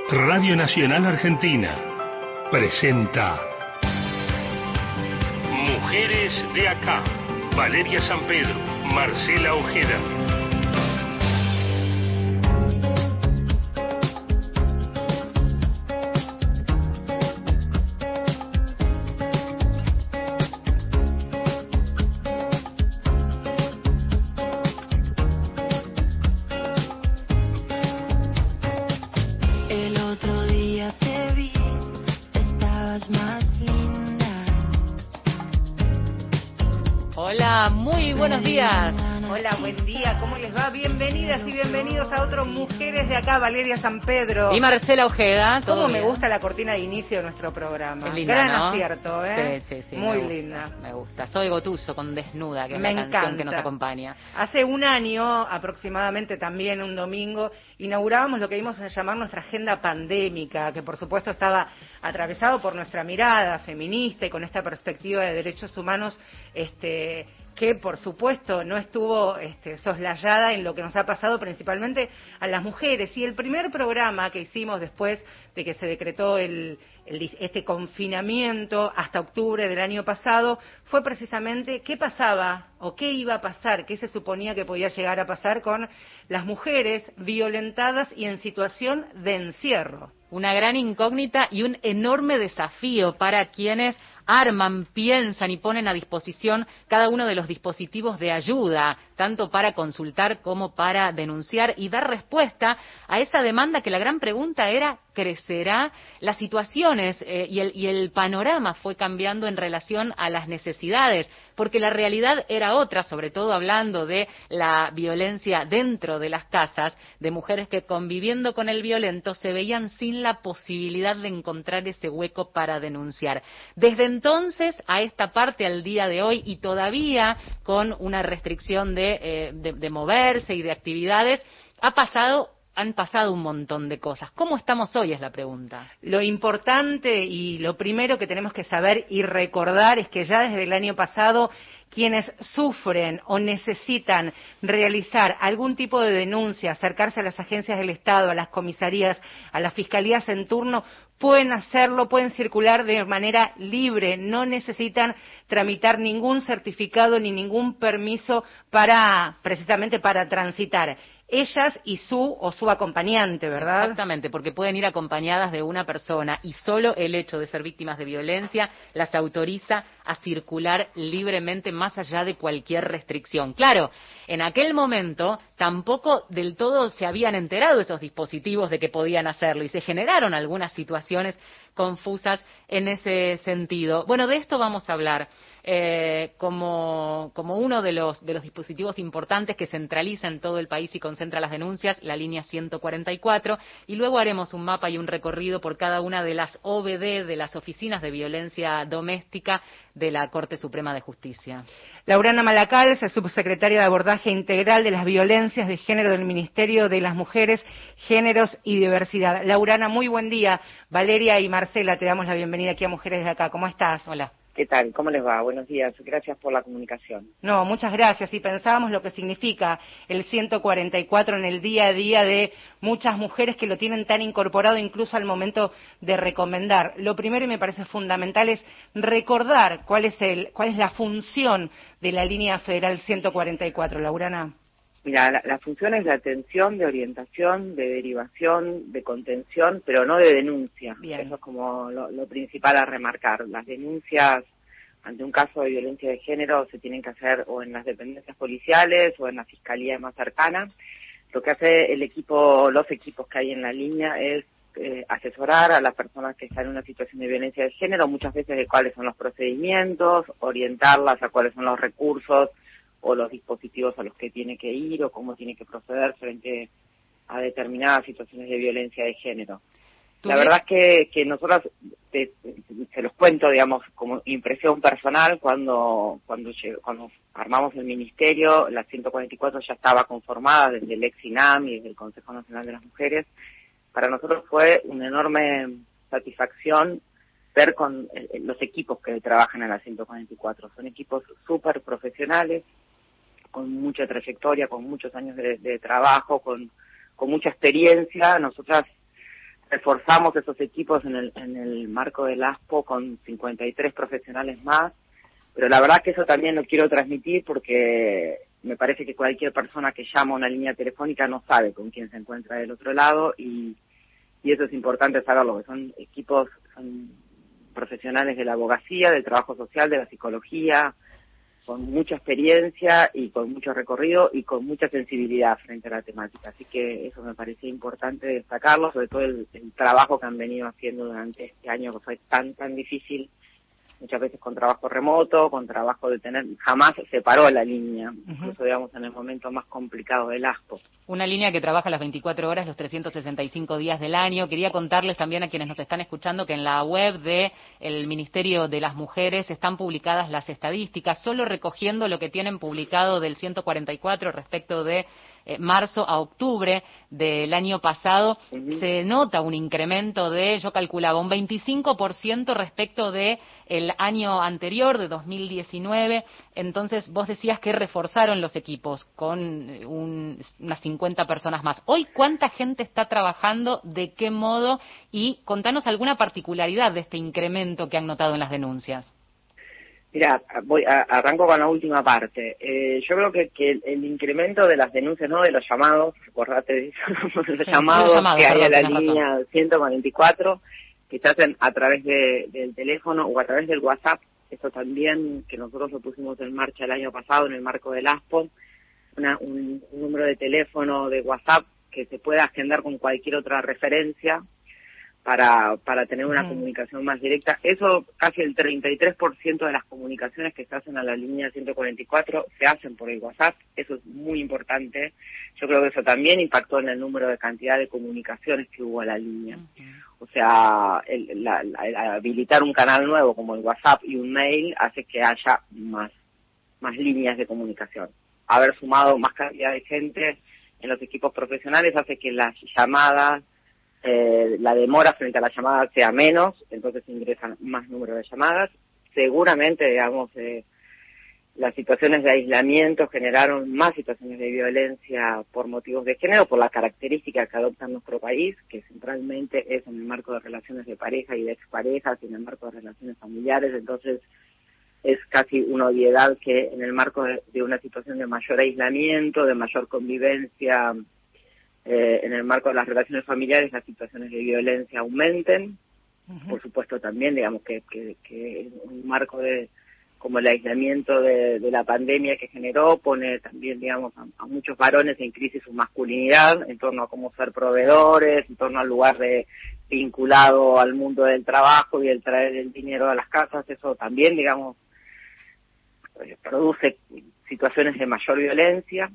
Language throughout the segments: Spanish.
Radio Nacional Argentina presenta Mujeres de Acá. Valeria San Pedro, Marcela Ojeda. Buenos días. Hola, buen día, ¿cómo les va? Bienvenidas y bienvenidos a otro Mujeres de Acá, Valeria San Pedro. Y Marcela Ojeda. ¿Cómo me gusta la cortina de inicio de nuestro programa? Es linda, gran ¿no? acierto, ¿eh? Sí, muy me linda. Gusta, me gusta. Soy Gotuso con Desnuda, que es me la encanta. canción que nos acompaña. Hace un año, aproximadamente también un domingo, inaugurábamos lo que dimos a llamar nuestra agenda pandémica, que por supuesto estaba atravesado por nuestra mirada feminista y con esta perspectiva de derechos humanos, que por supuesto no estuvo soslayada en lo que nos ha pasado principalmente a las mujeres. Y el primer programa que hicimos después de que se decretó este confinamiento hasta octubre del año pasado fue precisamente qué pasaba o qué iba a pasar, qué se suponía que podía llegar a pasar con las mujeres violentadas y en situación de encierro. Una gran incógnita y un enorme desafío para quienes arman, piensan y ponen a disposición cada uno de los dispositivos de ayuda, tanto para consultar como para denunciar y dar respuesta a esa demanda que la gran pregunta era, ¿crecerá? Las situaciones y el panorama fue cambiando en relación a las necesidades, porque la realidad era otra, sobre todo hablando de la violencia dentro de las casas, de mujeres que conviviendo con el violento se veían sin la posibilidad de encontrar ese hueco para denunciar. Desde entonces a esta parte, al día de hoy, y todavía con una restricción de moverse y de actividades, han pasado un montón de cosas. ¿Cómo estamos hoy? Es la pregunta. Lo importante y lo primero que tenemos que saber y recordar es que ya desde el año pasado quienes sufren o necesitan realizar algún tipo de denuncia, acercarse a las agencias del Estado, a las comisarías, a las fiscalías en turno, pueden hacerlo, pueden circular de manera libre, no necesitan tramitar ningún certificado ni ningún permiso precisamente para transitar. Ellas y su acompañante, ¿verdad? Exactamente, porque pueden ir acompañadas de una persona y solo el hecho de ser víctimas de violencia las autoriza a circular libremente más allá de cualquier restricción. Claro, en aquel momento tampoco del todo se habían enterado esos dispositivos de que podían hacerlo y se generaron algunas situaciones confusas en ese sentido. Bueno, de esto vamos a hablar. Como uno de los dispositivos importantes que centraliza en todo el país y concentra las denuncias, la línea 144, y luego haremos un mapa y un recorrido por cada una de las OVD, de las oficinas de violencia doméstica de la Corte Suprema de Justicia. Laurana Malacals, subsecretaria de Abordaje Integral de las Violencias de Género del Ministerio de las Mujeres, Géneros y Diversidad. Laurana, muy buen día. Valeria y Marcela, te damos la bienvenida aquí a Mujeres de Acá. ¿Cómo estás? Hola. ¿Qué tal? ¿Cómo les va? Buenos días. Gracias por la comunicación. No, muchas gracias. Y pensábamos lo que significa el 144 en el día a día de muchas mujeres que lo tienen tan incorporado incluso al momento de recomendar. Lo primero, y me parece fundamental, es recordar cuál es la función de la línea federal 144, Laurana. Mira, la función es de atención, de orientación, de derivación, de contención, pero no de denuncia. Bien. Eso es como lo principal a remarcar. Las denuncias ante un caso de violencia de género se tienen que hacer o en las dependencias policiales o en la fiscalía más cercana. Lo que hace los equipos que hay en la línea es asesorar a las personas que están en una situación de violencia de género, muchas veces de cuáles son los procedimientos, orientarlas a cuáles son los recursos o los dispositivos a los que tiene que ir o cómo tiene que proceder frente a determinadas situaciones de violencia de género. La verdad es que nosotros, se los cuento, digamos, como impresión personal, cuando armamos el ministerio, la 144 ya estaba conformada desde el ex-INAM y desde el Consejo Nacional de las Mujeres. Para nosotros fue una enorme satisfacción ver con los equipos que trabajan en la 144. Son equipos súper profesionales, con mucha trayectoria, con muchos años de trabajo, con mucha experiencia. Nosotras reforzamos esos equipos en el marco del ASPO con 53 profesionales más, pero la verdad que eso también lo quiero transmitir porque me parece que cualquier persona que llama a una línea telefónica no sabe con quién se encuentra del otro lado y eso es importante saberlo, que son equipos, son profesionales de la abogacía, del trabajo social, de la psicología, con mucha experiencia y con mucho recorrido y con mucha sensibilidad frente a la temática. Así que eso me parecía importante destacarlo, sobre todo el trabajo que han venido haciendo durante este año que fue tan difícil, muchas veces con trabajo remoto, con trabajo de jamás se paró la línea, incluso digamos en el momento más complicado del ASPO. Una línea que trabaja las 24 horas, los 365 días del año. Quería contarles también a quienes nos están escuchando que en la web del Ministerio de las Mujeres están publicadas las estadísticas, solo recogiendo lo que tienen publicado del 144 respecto de marzo a octubre del año pasado, se nota un incremento yo calculaba, un 25% respecto de el año anterior, de 2019. Entonces, vos decías que reforzaron los equipos con unas 50 personas más. Hoy, ¿cuánta gente está trabajando? ¿De qué modo? Y contanos alguna particularidad de este incremento que han notado en las denuncias. Mira, arranco con la última parte. Yo creo que el incremento de las denuncias, no de los llamados, acordate de eso, los llamados que hay a la línea 144, que se hacen a través del teléfono o a través del WhatsApp, eso también, que nosotros lo pusimos en marcha el año pasado en el marco del ASPO, un número de teléfono de WhatsApp que se pueda agendar con cualquier otra referencia, para tener una comunicación más directa. Eso, casi el 33% de las comunicaciones que se hacen a la línea 144 se hacen por el WhatsApp. Eso es muy importante. Yo creo que eso también impactó en el número de cantidad de comunicaciones que hubo a la línea. O sea, el habilitar un canal nuevo como el WhatsApp y un mail hace que haya más líneas de comunicación. Haber sumado más cantidad de gente en los equipos profesionales hace que las llamadas, la demora frente a la llamada sea menos, entonces ingresan más número de llamadas. Seguramente, digamos, las situaciones de aislamiento generaron más situaciones de violencia por motivos de género, por la característica que adopta nuestro país, que centralmente es en el marco de relaciones de pareja y de exparejas y en el marco de relaciones familiares. Entonces es casi una obviedad que en el marco de una situación de mayor aislamiento, de mayor convivencia, en el marco de las relaciones familiares, las situaciones de violencia aumenten. Por supuesto también, digamos, que un marco como el aislamiento de la pandemia que generó, pone también, digamos, a muchos varones en crisis su masculinidad, en torno a cómo ser proveedores, en torno al lugar vinculado al mundo del trabajo y el traer el dinero a las casas. Eso también, digamos, produce situaciones de mayor violencia.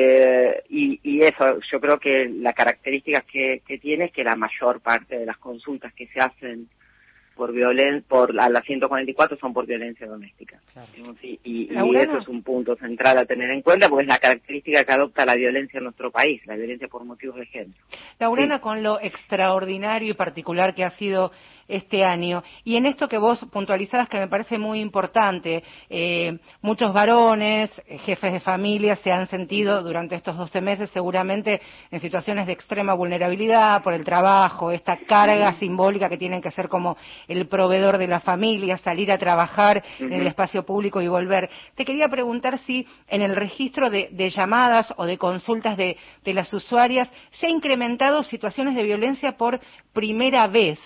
Y eso, yo creo que la característica que tiene es que la mayor parte de las consultas que se hacen por a la 144 son por violencia doméstica. Claro. Y eso es un punto central a tener en cuenta, porque es la característica que adopta la violencia en nuestro país, la violencia por motivos de género. Laurana, sí. Con lo extraordinario y particular que ha sido este año, y en esto que vos puntualizabas que me parece muy importante, muchos varones, jefes de familia se han sentido durante estos 12 meses seguramente en situaciones de extrema vulnerabilidad por el trabajo, esta carga simbólica que tienen que ser como el proveedor de la familia, salir a trabajar en el espacio público y volver. Te quería preguntar si en el registro de llamadas o de consultas de las usuarias se ha incrementado situaciones de violencia por primera vez.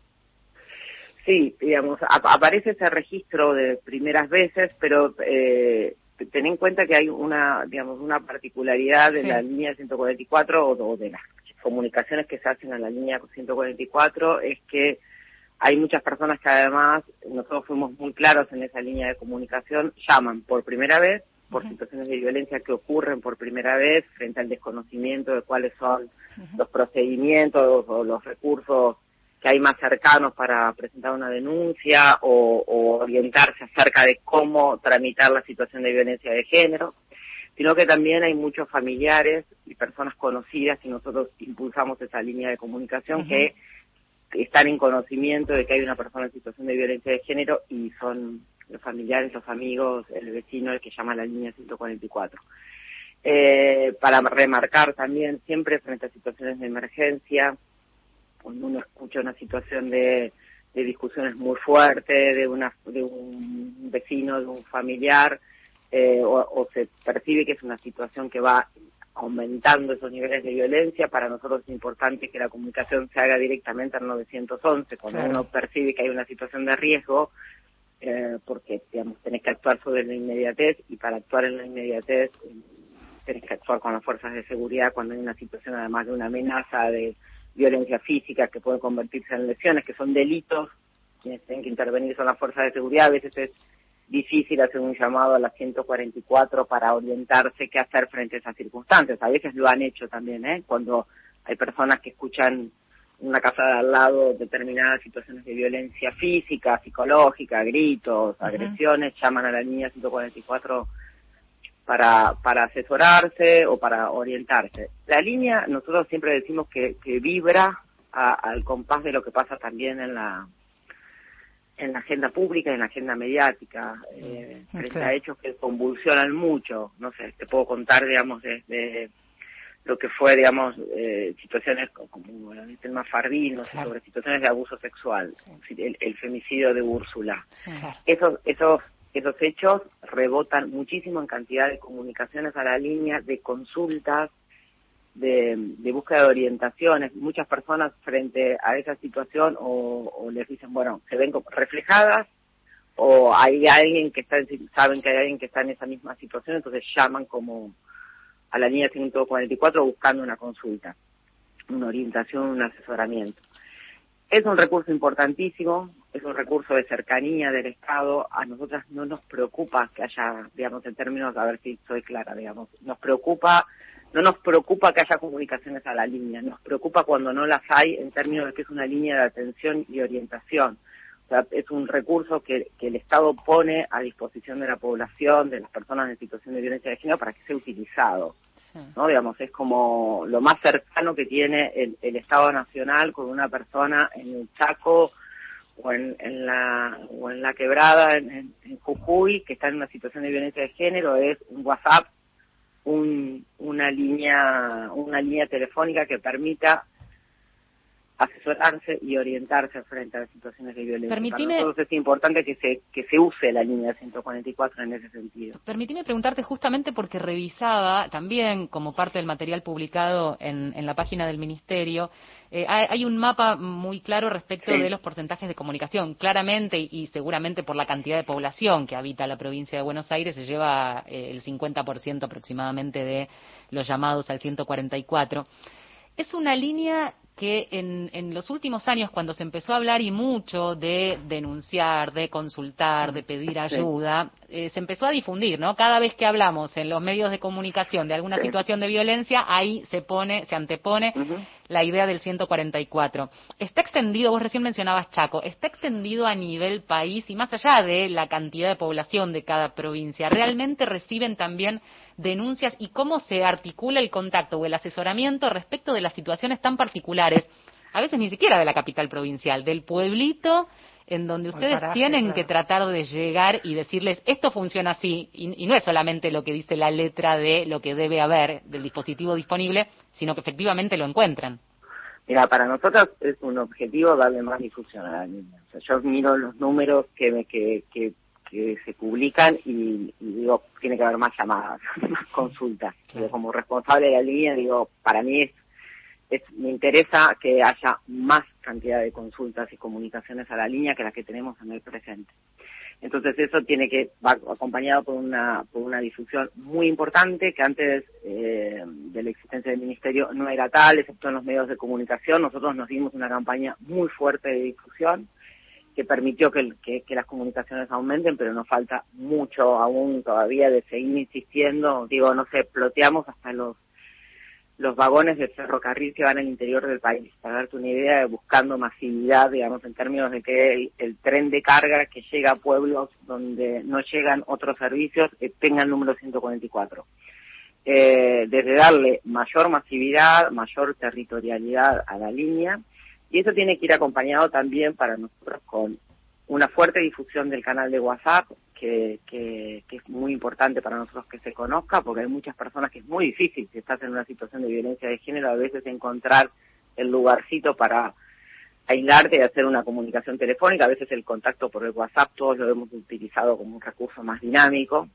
Sí, digamos, aparece ese registro de primeras veces, pero ten en cuenta que hay una particularidad de la línea 144 o de las comunicaciones que se hacen a la línea 144, es que hay muchas personas que además, nosotros fuimos muy claros en esa línea de comunicación, llaman por primera vez, por situaciones de violencia que ocurren por primera vez, frente al desconocimiento de cuáles son los procedimientos o los recursos que hay más cercanos para presentar una denuncia o orientarse acerca de cómo tramitar la situación de violencia de género, sino que también hay muchos familiares y personas conocidas, y nosotros impulsamos esa línea de comunicación que están en conocimiento de que hay una persona en situación de violencia de género y son los familiares, los amigos, el vecino el que llama a la línea 144. Para remarcar también, siempre frente a situaciones de emergencia, cuando uno escucha una situación de discusiones muy fuertes, de un vecino, de un familiar, o se percibe que es una situación que va aumentando esos niveles de violencia. Para nosotros es importante que la comunicación se haga directamente al 911 cuando uno percibe que hay una situación de riesgo, porque, digamos, tenés que actuar sobre la inmediatez, y para actuar en la inmediatez tenés que actuar con las fuerzas de seguridad cuando hay una situación, además de una amenaza de violencia física que puede convertirse en lesiones, que son delitos. Quienes tienen que intervenir son las fuerzas de seguridad. A veces es difícil hacer un llamado a la 144 para orientarse qué hacer frente a esas circunstancias. A veces lo han hecho también, cuando hay personas que escuchan en una casa de al lado determinadas situaciones de violencia física, psicológica, gritos, agresiones, llaman a la línea 144 para asesorarse o para orientarse. La línea, nosotros siempre decimos que vibra al compás de lo que pasa también en la agenda pública y en la agenda mediática, frente a hechos que convulsionan mucho. No sé, te puedo contar, digamos, desde lo que fue, digamos, situaciones como el tema Fardín, no sé, sobre situaciones de abuso sexual, el femicidio de Úrsula. Esos hechos rebotan muchísimo en cantidad de comunicaciones a la línea, de consultas, de búsqueda de orientaciones. Muchas personas frente a esa situación o les dicen, bueno, se ven reflejadas, o hay alguien que saben que hay alguien que está en esa misma situación, entonces llaman como a la línea 144 buscando una consulta, una orientación, un asesoramiento. Es un recurso importantísimo, es un recurso de cercanía del Estado. A nosotras no nos preocupa que haya, digamos, en términos, a ver si soy clara, digamos, no nos preocupa que haya comunicaciones a la línea, nos preocupa cuando no las hay, en términos de que es una línea de atención y orientación. O sea, es un recurso que el Estado pone a disposición de la población, de las personas en situación de violencia de género, para que sea utilizado. ¿No? Digamos, es como lo más cercano que tiene el Estado Nacional con una persona en el Chaco o en la Quebrada, en Jujuy, que está en una situación de violencia de género, es un WhatsApp, una línea telefónica que permita asesorarse y orientarse frente a las situaciones de violencia. Para nosotros es importante que se use la línea 144 en ese sentido. Permitime preguntarte, justamente porque revisaba también, como parte del material publicado en la página del Ministerio, hay un mapa muy claro respecto de los porcentajes de comunicación. Claramente, y seguramente por la cantidad de población que habita la provincia de Buenos Aires, se lleva el 50% aproximadamente de los llamados al 144. Es una línea que en los últimos años, cuando se empezó a hablar y mucho de denunciar, de consultar, de pedir ayuda, se empezó a difundir, ¿no? Cada vez que hablamos en los medios de comunicación de alguna situación de violencia, ahí se antepone la idea del 144. Está extendido, vos recién mencionabas Chaco, está extendido a nivel país y más allá de la cantidad de población de cada provincia. ¿Realmente reciben también denuncias y cómo se articula el contacto o el asesoramiento respecto de las situaciones tan particulares, a veces ni siquiera de la capital provincial, del pueblito en donde ustedes tienen que tratar de llegar y decirles esto funciona así, y no es solamente lo que dice la letra de lo que debe haber del dispositivo disponible, sino que efectivamente lo encuentran? Mira, para nosotros es un objetivo darle más difusión a la niña. O sea, yo miro los números que se publican y digo, tiene que haber más llamadas, más consultas. Digo, como responsable de la línea, digo, para mí me interesa que haya más cantidad de consultas y comunicaciones a la línea que las que tenemos en el presente. Entonces eso va acompañado por una difusión muy importante, que antes de la existencia del Ministerio no era tal, excepto en los medios de comunicación. Nosotros nos dimos una campaña muy fuerte de difusión que permitió que las comunicaciones aumenten, pero nos falta mucho aún todavía de seguir insistiendo. Digo, no sé, ploteamos hasta los vagones de ferrocarril que van al interior del país, para darte una idea, buscando masividad, digamos, en términos de que el tren de carga que llega a pueblos donde no llegan otros servicios tenga el número 144. Desde darle mayor masividad, mayor territorialidad a la línea, y eso tiene que ir acompañado también para nosotros con una fuerte difusión del canal de WhatsApp, que es muy importante para nosotros que se conozca, porque hay muchas personas que es muy difícil, si estás en una situación de violencia de género, a veces encontrar el lugarcito para aislarte y hacer una comunicación telefónica. A veces el contacto por el WhatsApp todos lo hemos utilizado como un recurso más dinámico.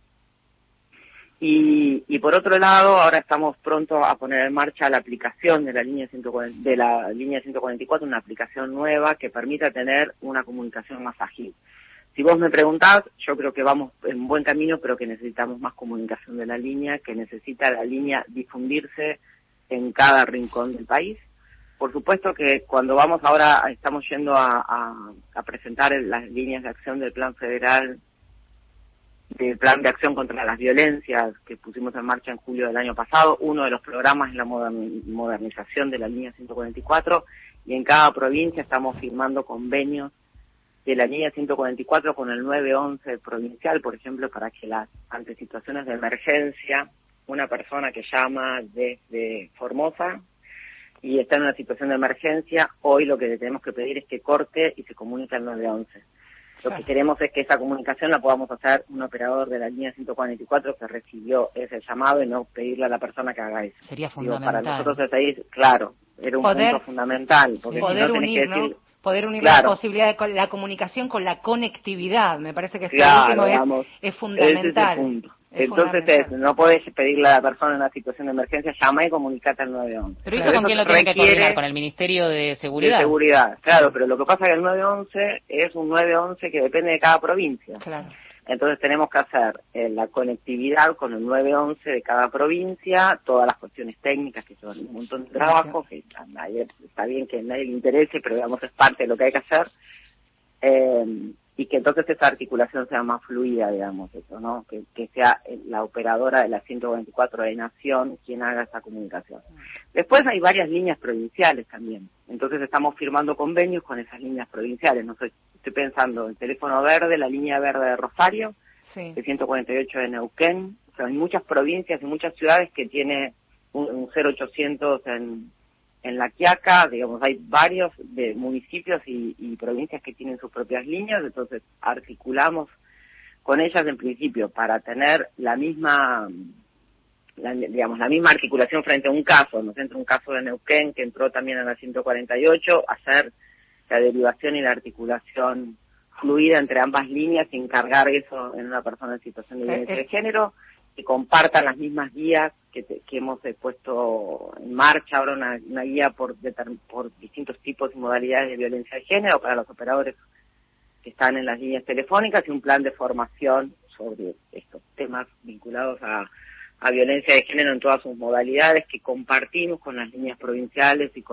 Y por otro lado, ahora estamos pronto a poner en marcha la aplicación de la línea 144, una aplicación nueva que permita tener una comunicación más ágil. Si vos me preguntás, yo creo que vamos en buen camino, pero que necesitamos más comunicación de la línea, que necesita la línea difundirse en cada rincón del país. Por supuesto que cuando vamos ahora, estamos yendo a presentar las líneas de acción del Plan Federal, del Plan de Acción contra las Violencias que pusimos en marcha en julio del año pasado. Uno de los programas es la modernización de la línea 144, y en cada provincia estamos firmando convenios de la línea 144 con el 911 provincial, por ejemplo, para que ante situaciones de emergencia, una persona que llama desde Formosa y está en una situación de emergencia, hoy lo que le tenemos que pedir es que corte y se comunique al 911. Lo que queremos es que esa comunicación la podamos hacer un operador de la línea 144 que recibió ese llamado, y no pedirle a la persona que haga eso. Sería fundamental. Para nosotros es ahí, claro, era un punto fundamental. Porque poder si no unir, tenés que decir, ¿no? Poder unir claro, la posibilidad de la comunicación con la conectividad. Me parece que claro, último es fundamental. Ese es el punto. Entonces, no podés pedirle a la persona en una situación de emergencia, llama y comunicate al 911. Pero eso, ¿con quién lo tienen que coordinar? ¿Con el Ministerio de Seguridad? De Seguridad, claro, pero lo que pasa es que el 911 es un 911 que depende de cada provincia. Claro. Entonces tenemos que hacer la conectividad con el 911 de cada provincia, todas las cuestiones técnicas que son un montón de trabajo, que está bien que a nadie le interese, pero digamos es parte de lo que hay que hacer. Y que entonces esa articulación sea más fluida, digamos, eso, ¿no? Que sea la operadora de la 124 de Nación quien haga esa comunicación. Después hay varias líneas provinciales también, entonces estamos firmando convenios con esas líneas provinciales. No sé, estoy pensando en teléfono verde, la línea verde de Rosario, sí, el 148 de Neuquén. O sea, hay muchas provincias y muchas ciudades que tiene un 0800 en La Quiaca, digamos, hay varios de municipios y provincias que tienen sus propias líneas, entonces articulamos con ellas en principio para tener la misma articulación frente a un caso. Nos entra un caso de Neuquén que entró también en la 148, hacer la derivación y la articulación fluida entre ambas líneas y encargar eso en una persona en situación de violencia de género, que compartan las mismas guías que hemos puesto en marcha ahora, una guía por distintos tipos y modalidades de violencia de género para los operadores que están en las líneas telefónicas, y un plan de formación sobre estos temas vinculados a violencia de género en todas sus modalidades, que compartimos con las líneas provinciales y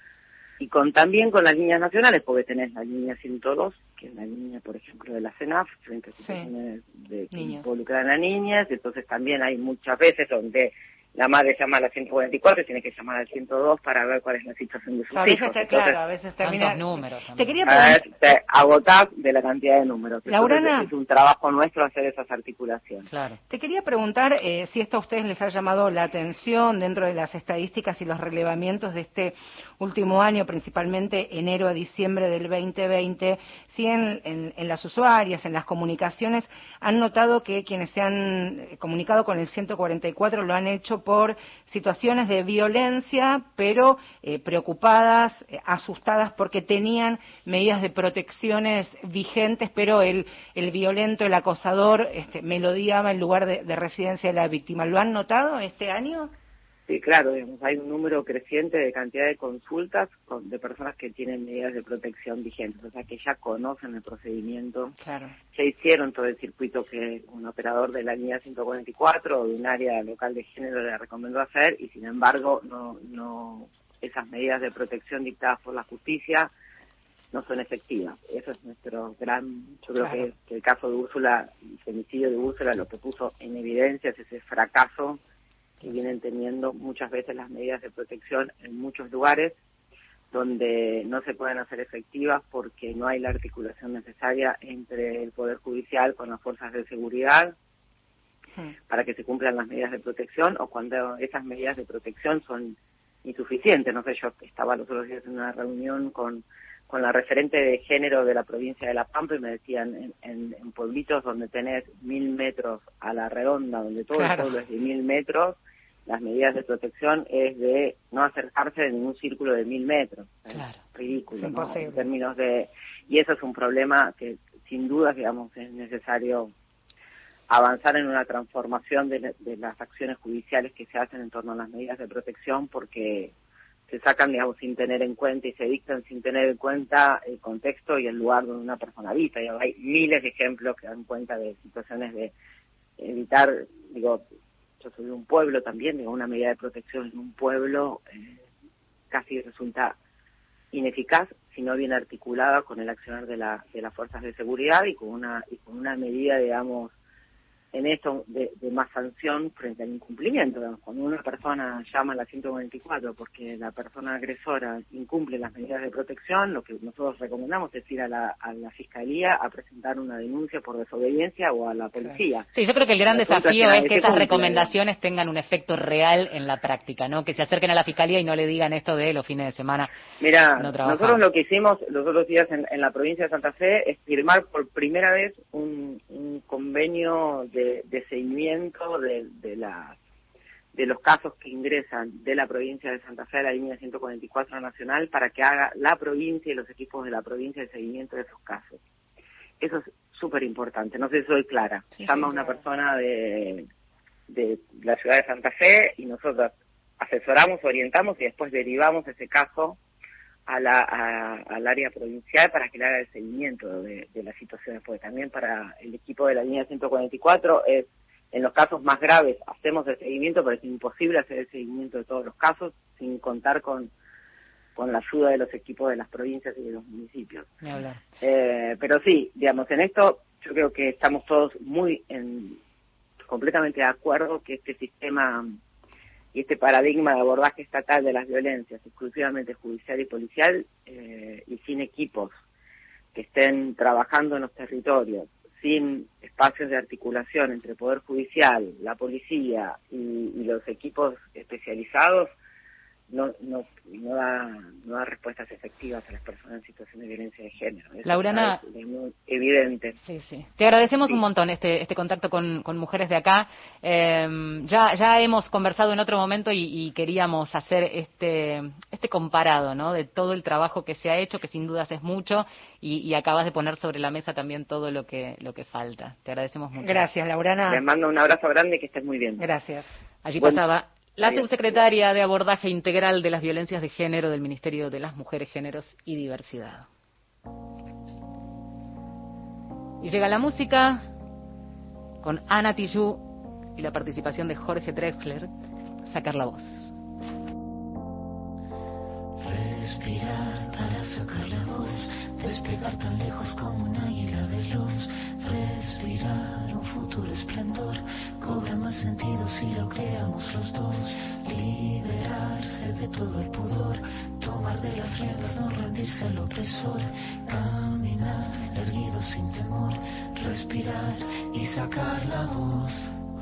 también con las líneas nacionales, porque tenés la línea 102, que es la línea, por ejemplo, de la CENAF, frente a situaciones que involucran a niñas. Entonces también hay muchas veces donde la madre llama a la 144 y tiene que llamar al 102 para ver cuál es la situación de sus hijos. Entonces, claro, a veces termina... números. Te quería preguntar... Te agotás de la cantidad de números. Laurana, es un trabajo nuestro hacer esas articulaciones. Claro. Te quería preguntar si esto a ustedes les ha llamado la atención dentro de las estadísticas y los relevamientos de este último año, principalmente enero a diciembre del 2020, si en las usuarias, en las comunicaciones, han notado que quienes se han comunicado con el 144 lo han hecho por situaciones de violencia, pero preocupadas, asustadas porque tenían medidas de protecciones vigentes, pero el violento, el acosador, melodeaba en lugar de residencia de la víctima. ¿Lo han notado este año? Sí, claro, digamos, hay un número creciente de cantidad de consultas de personas que tienen medidas de protección vigentes, o sea, que ya conocen el procedimiento, claro, ya hicieron todo el circuito que un operador de la línea 144 o de un área local de género le recomendó hacer, y sin embargo no esas medidas de protección dictadas por la justicia no son efectivas. Eso es nuestro yo creo que el caso de Úrsula, el femicidio de Úrsula, lo que puso en evidencia es ese fracaso que vienen teniendo muchas veces las medidas de protección en muchos lugares donde no se pueden hacer efectivas porque no hay la articulación necesaria entre el Poder Judicial con las fuerzas de seguridad para que se cumplan las medidas de protección, o cuando esas medidas de protección son insuficientes. No sé, yo estaba los otros días en una reunión con la referente de género de la provincia de La Pampa y me decían, en pueblitos donde tenés 1000 metros a la redonda, donde todo el pueblo es de 1000 metros, las medidas de protección es de no acercarse en un círculo de 1000 metros. Claro. Es ridículo, Es ¿no? imposible. En términos de... Y eso es un problema que sin duda, digamos, es necesario avanzar en una transformación de las acciones judiciales que se hacen en torno a las medidas de protección, porque se sacan, digamos, sin tener en cuenta y se dictan sin tener en cuenta el contexto y el lugar donde una persona habita. Y hay miles de ejemplos que dan cuenta de situaciones de evitar, digo, yo soy de un pueblo también, digo, una medida de protección en un pueblo casi resulta ineficaz si no viene articulada con el accionar de las fuerzas de seguridad y con una medida, digamos, en esto de más sanción frente al incumplimiento. Digamos, cuando una persona llama a la 144 porque la persona agresora incumple las medidas de protección, lo que nosotros recomendamos es ir a la fiscalía a presentar una denuncia por desobediencia o a la policía. Sí, yo creo que el gran El asunto desafío es que nadie se esas cumple, recomendaciones tengan un efecto real en la práctica, ¿no? Que se acerquen a la fiscalía y no le digan esto de los fines de semana. Mira, no trabajamos. nosotros lo que hicimos los otros días en la provincia de Santa Fe es firmar por primera vez un convenio de seguimiento de los casos que ingresan de la provincia de Santa Fe a la línea 144 nacional para que haga la provincia y los equipos de la provincia el seguimiento de esos casos. Eso es súper importante, no sé si soy clara. Llama a una persona de la ciudad de Santa Fe y nosotros asesoramos, orientamos y después derivamos ese caso al área provincial para que le haga el seguimiento de las situaciones, porque también para el equipo de la línea 144 es, en los casos más graves hacemos el seguimiento, pero es imposible hacer el seguimiento de todos los casos sin contar con la ayuda de los equipos de las provincias y de los municipios. Pero sí, digamos, en esto yo creo que estamos todos completamente de acuerdo que este sistema y este paradigma de abordaje estatal de las violencias, exclusivamente judicial y policial, y sin equipos que estén trabajando en los territorios, sin espacios de articulación entre Poder Judicial, la policía y los equipos especializados, no da respuestas efectivas a las personas en situación de violencia de género. Eso Laurana, es muy evidente. Sí. Te agradecemos un montón este contacto con mujeres de acá. Ya hemos conversado en otro momento y queríamos hacer este comparado, ¿no? De todo el trabajo que se ha hecho, que sin dudas es mucho, y acabas de poner sobre la mesa también todo lo que falta. Te agradecemos mucho. Gracias, Laurana. Les mando un abrazo grande y que estés muy bien. Gracias. Allí pasaba la subsecretaria de Abordaje Integral de las Violencias de Género del Ministerio de las Mujeres, Géneros y Diversidad. Y llega la música con Ana Tijoux y la participación de Jorge Drexler, Sacar la Voz. Respirar para sacar la voz, despegar tan lejos como un águila veloz. Respirar un futuro esplendor, cobra más sentido si lo creamos los dos. Liberarse de todo el pudor, tomar de las riendas, no rendirse al opresor. Caminar erguido sin temor, respirar y sacar la voz.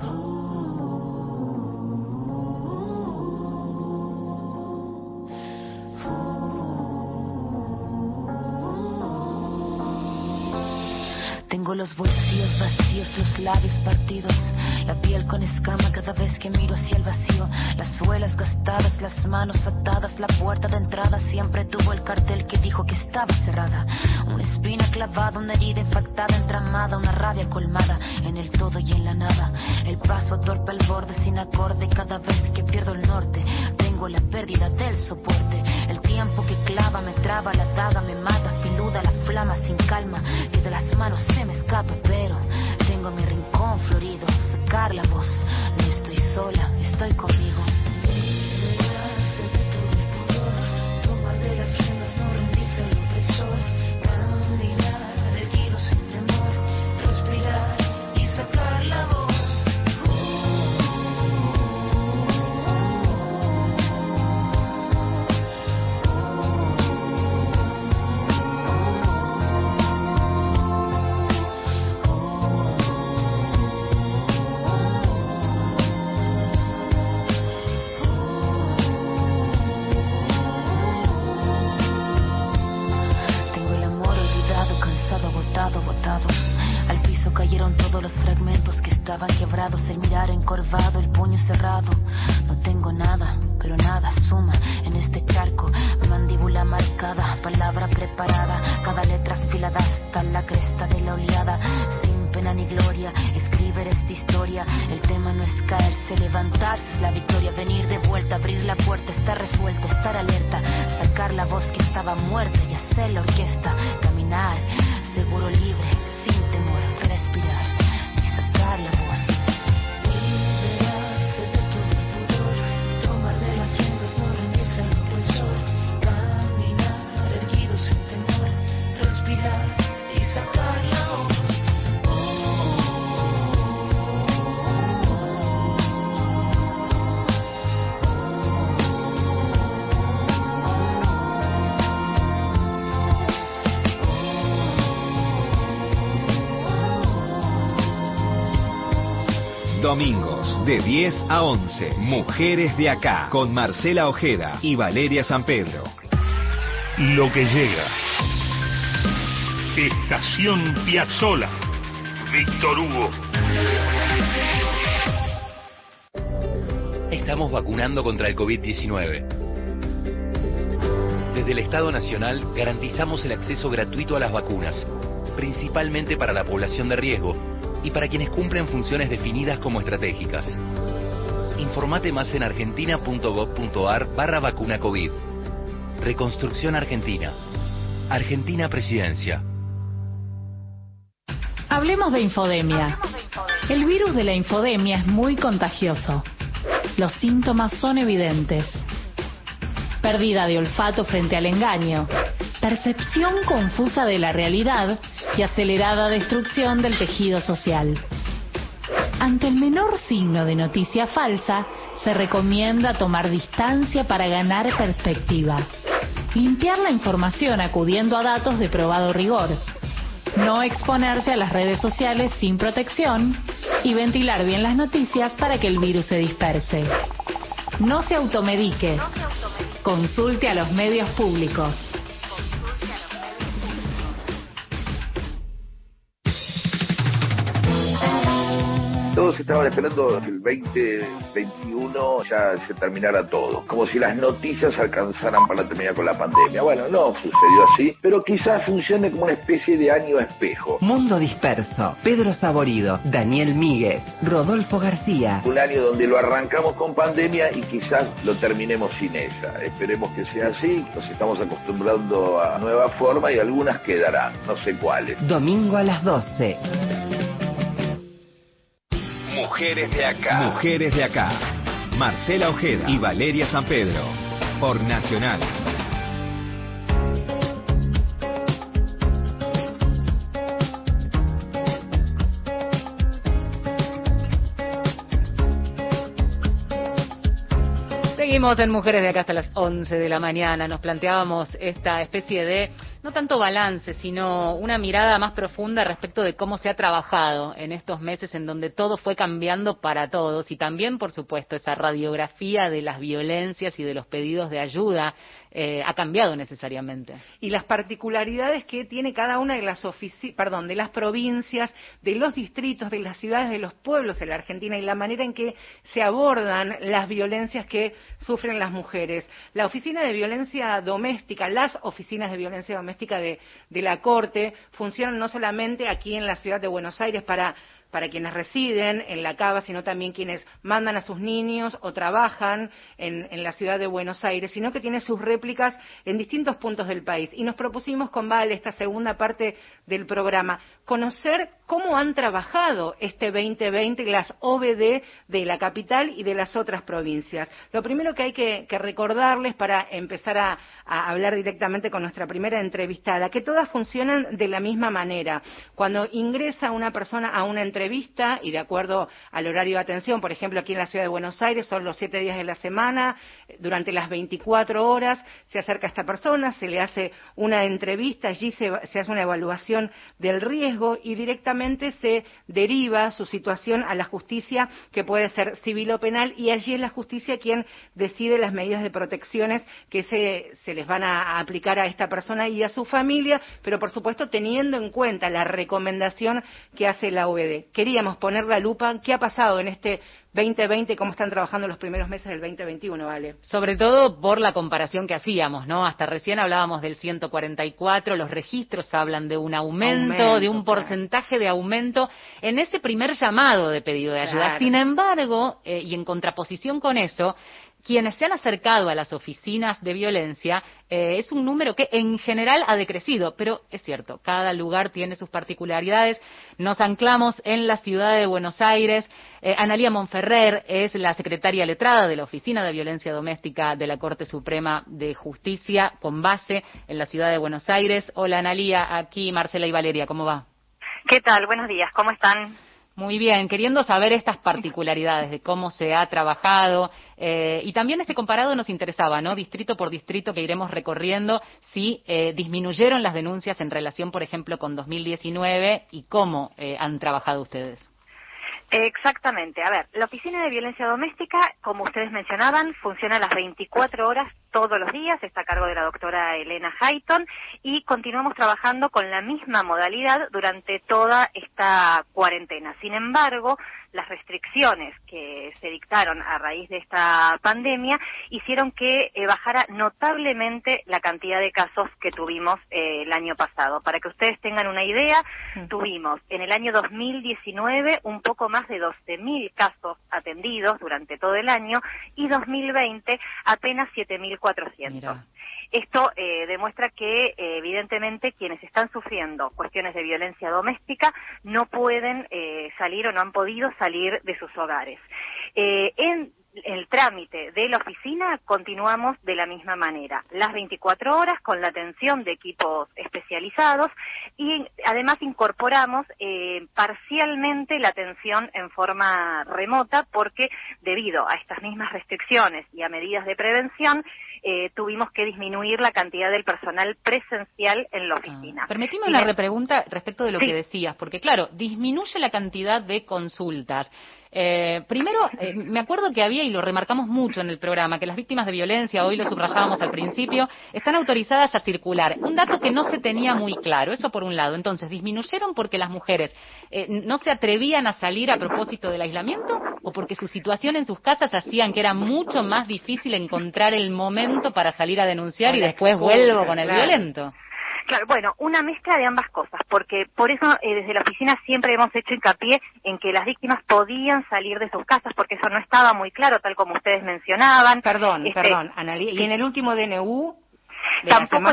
Tengo los bolsillos vacíos, los labios partidos, la piel con escama cada vez que miro hacia el vacío, las suelas gastadas, las manos atadas, la puerta de entrada siempre tuvo el cartel que dijo que estaba cerrada. Una espina clavada, una herida infectada, entramada, una rabia colmada en el todo y en la nada. El paso torpe al borde sin acorde, cada vez que pierdo el norte tengo la pérdida del soporte. El tiempo que clava me traba, la daga me mata, filuda la flama sin calma, que de las manos se me escapa, pero tengo mi rincón florido. Sacar la voz, no estoy sola, estoy conmigo. Liberarse de todo el pudor, tomar de las riendas, no rendirse al opresor. Caminar erguido sin temor, respirar y sacar la voz. labrados, el mirar encorvado, el puño cerrado. No tengo nada, pero nada suma en este charco. Mandíbula marcada, palabra preparada, cada letra afilada hasta la cresta de la oleada. Sin pena ni gloria, escribir esta historia. El tema no es caerse, levantarse es la victoria. Venir de vuelta, abrir la puerta, estar resuelto, estar alerta, sacar la voz que estaba muerta y hacer la orquesta. Caminar, seguro, libre, sin temor, respirar y sacar la voz. Liberarse de todo el pudor, tomar de las riendas, no rendirse al opresor. Caminar, erguido sin temor, respirar y sacar la voz. Domingos, de 10 a 11, Mujeres de Acá, con Marcela Ojeda y Valeria San Pedro. Lo que llega. Estación Piazzolla. Víctor Hugo. Estamos vacunando contra el COVID-19. Desde el Estado Nacional garantizamos el acceso gratuito a las vacunas, principalmente para la población de riesgo y para quienes cumplen funciones definidas como estratégicas. Informate más en argentina.gov.ar/vacuna COVID. Reconstrucción Argentina. Argentina Presidencia. Hablemos de infodemia. El virus de la infodemia es muy contagioso. Los síntomas son evidentes. Pérdida de olfato frente al engaño, percepción confusa de la realidad y acelerada destrucción del tejido social. Ante el menor signo de noticia falsa, se recomienda tomar distancia para ganar perspectiva. Limpiar la información acudiendo a datos de probado rigor. No exponerse a las redes sociales sin protección y ventilar bien las noticias para que el virus se disperse. No se automedique. Consulte a los medios públicos. Todos estaban esperando que el 2021 ya se terminara todo, como si las noticias alcanzaran para terminar con la pandemia. Bueno, no sucedió así, pero quizás funcione como una especie de año espejo. Mundo Disperso, Pedro Saborido, Daniel Míguez, Rodolfo García. Un año donde lo arrancamos con pandemia y quizás lo terminemos sin ella. Esperemos que sea así, nos estamos acostumbrando a nueva forma y algunas quedarán, no sé cuáles. Domingo a las 12. Mujeres de Acá. Mujeres de Acá. Marcela Ojeda y Valeria San Pedro. Por Nacional. Seguimos en Mujeres de Acá hasta las 11 de la mañana. Nos planteábamos esta especie de, no tanto balance, sino una mirada más profunda respecto de cómo se ha trabajado en estos meses en donde todo fue cambiando para todos y también, por supuesto, esa radiografía de las violencias y de los pedidos de ayuda ha cambiado necesariamente. Y las particularidades que tiene cada una de las de las provincias, de los distritos, de las ciudades, de los pueblos en la Argentina y la manera en que se abordan las violencias que sufren las mujeres. La Oficina de Violencia Doméstica, las oficinas de violencia doméstica de la Corte funcionan no solamente aquí en la ciudad de Buenos Aires para quienes residen en la Cava, sino también quienes mandan a sus niños o trabajan en la ciudad de Buenos Aires, sino que tiene sus réplicas en distintos puntos del país. Y nos propusimos con Vale, esta segunda parte del programa, conocer cómo han trabajado este 2020 las OVD de la capital y de las otras provincias. Lo primero que hay que recordarles para empezar a hablar directamente con nuestra primera entrevistada, que todas funcionan de la misma manera. Cuando ingresa una persona a una entrevista y de acuerdo al horario de atención, por ejemplo aquí en la ciudad de Buenos Aires son los 7 días de la semana, durante las 24 horas se acerca a esta persona, se le hace una entrevista, allí se hace una evaluación del riesgo y directamente se deriva su situación a la justicia, que puede ser civil o penal, y allí es la justicia quien decide las medidas de protecciones que se les van a aplicar a esta persona y a su familia, pero por supuesto teniendo en cuenta la recomendación que hace la OVD. queríamos poner la lupa en qué ha pasado en este 2020 y cómo están trabajando los primeros meses del 2021, ¿vale? Sobre todo por la comparación que hacíamos, ¿no? Hasta recién hablábamos del 144, los registros hablan de un aumento, de un porcentaje de aumento en ese primer llamado de pedido de ayuda. Claro. Sin embargo, y en contraposición con eso, quienes se han acercado a las oficinas de violencia es un número que en general ha decrecido, pero es cierto, cada lugar tiene sus particularidades. Nos anclamos en la ciudad de Buenos Aires. Analía Monferrer es la secretaria letrada de la Oficina de Violencia Doméstica de la Corte Suprema de Justicia, con base en la ciudad de Buenos Aires. Hola Analía, aquí Marcela y Valeria, ¿cómo va? ¿Qué tal? Buenos días, ¿cómo están? Muy bien, queriendo saber estas particularidades de cómo se ha trabajado y también este comparado nos interesaba, ¿no? Distrito por distrito que iremos recorriendo, si disminuyeron las denuncias en relación, por ejemplo, con 2019 y cómo han trabajado ustedes. Exactamente. A ver, la Oficina de Violencia Doméstica, como ustedes mencionaban, funciona las 24 horas todos los días, está a cargo de la doctora Elena Hayton y continuamos trabajando con la misma modalidad durante toda esta cuarentena. Sin embargo, las restricciones que se dictaron a raíz de esta pandemia hicieron que bajara notablemente la cantidad de casos que tuvimos el año pasado. Para que ustedes tengan una idea, tuvimos en el año 2019 un poco más de 12.000 casos atendidos durante todo el año y 2020 apenas 7.400. Mira. Esto demuestra que evidentemente quienes están sufriendo cuestiones de violencia doméstica no pueden salir o no han podido salir de sus hogares. En el trámite de la oficina continuamos de la misma manera, las 24 horas con la atención de equipos especializados y además incorporamos parcialmente la atención en forma remota porque debido a estas mismas restricciones y a medidas de prevención tuvimos que disminuir la cantidad del personal presencial en la oficina. Permitime una repregunta respecto de lo que decías, porque claro, disminuye la cantidad de consultas. Primero, me acuerdo que había, y lo remarcamos mucho en el programa, que las víctimas de violencia, hoy lo subrayábamos al principio, están autorizadas a circular. Un dato que no se tenía muy claro, eso por un lado. Entonces, ¿disminuyeron porque las mujeres no se atrevían a salir a propósito del aislamiento o porque su situación en sus casas hacían que era mucho más difícil encontrar el momento para salir a denunciar y después vuelvo con el violento? Claro, bueno, una mezcla de ambas cosas, porque por eso desde la oficina siempre hemos hecho hincapié en que las víctimas podían salir de sus casas, porque eso no estaba muy claro, tal como ustedes mencionaban. Perdón, Analía, ¿y en el último DNU? Tampoco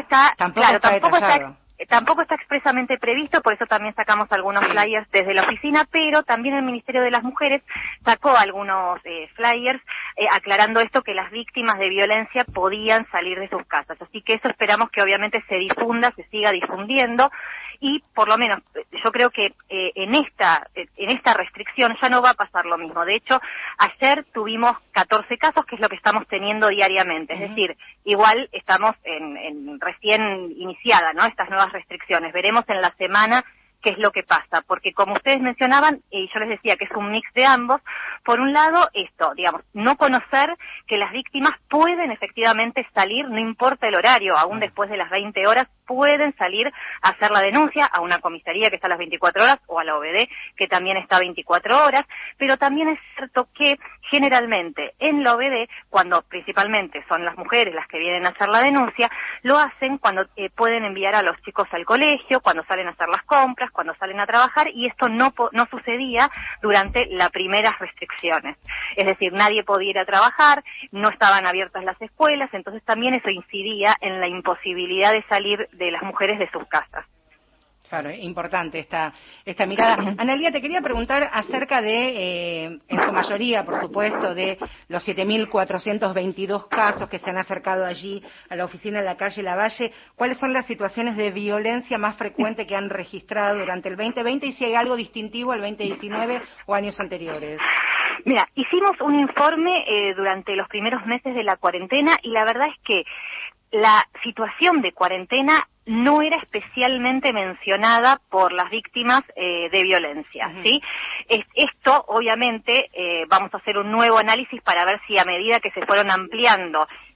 está expresamente previsto, por eso también sacamos algunos flyers desde la oficina, pero también el Ministerio de las Mujeres sacó algunos flyers aclarando esto, que las víctimas de violencia podían salir de sus casas. Así que eso esperamos que obviamente se difunda, se siga difundiendo y por lo menos yo creo que en esta restricción ya no va a pasar lo mismo. De hecho, ayer tuvimos 14 casos, que es lo que estamos teniendo diariamente. Es decir, igual estamos en recién iniciada, ¿no? Estas nuevas restricciones. Veremos en la semana qué es lo que pasa, porque como ustedes mencionaban, y yo les decía que es un mix de ambos, por un lado esto, digamos, no conocer que las víctimas pueden efectivamente salir, no importa el horario, aún después de las 20 horas, pueden salir a hacer la denuncia a una comisaría que está a las 24 horas o a la OBD que también está a 24 horas, pero también es cierto que generalmente en la OBD, cuando principalmente son las mujeres las que vienen a hacer la denuncia, lo hacen cuando pueden enviar a los chicos al colegio, cuando salen a hacer las compras, cuando salen a trabajar, y esto no sucedía durante las primeras restricciones. Es decir, nadie podía ir a trabajar, no estaban abiertas las escuelas, entonces también eso incidía en la imposibilidad de salir de las mujeres de sus casas. Claro, importante esta mirada. Analía, te quería preguntar acerca de, en su mayoría, por supuesto, de los 7.422 casos que se han acercado allí a la oficina de la calle Lavalle. ¿Cuáles son las situaciones de violencia más frecuentes que han registrado durante el 2020 y si hay algo distintivo al 2019 o años anteriores? Mira, hicimos un informe durante los primeros meses de la cuarentena y la verdad es que la situación de cuarentena no era especialmente mencionada por las víctimas de violencia, ¿sí? Esto, obviamente, vamos a hacer un nuevo análisis para ver si a medida que se fueron ampliando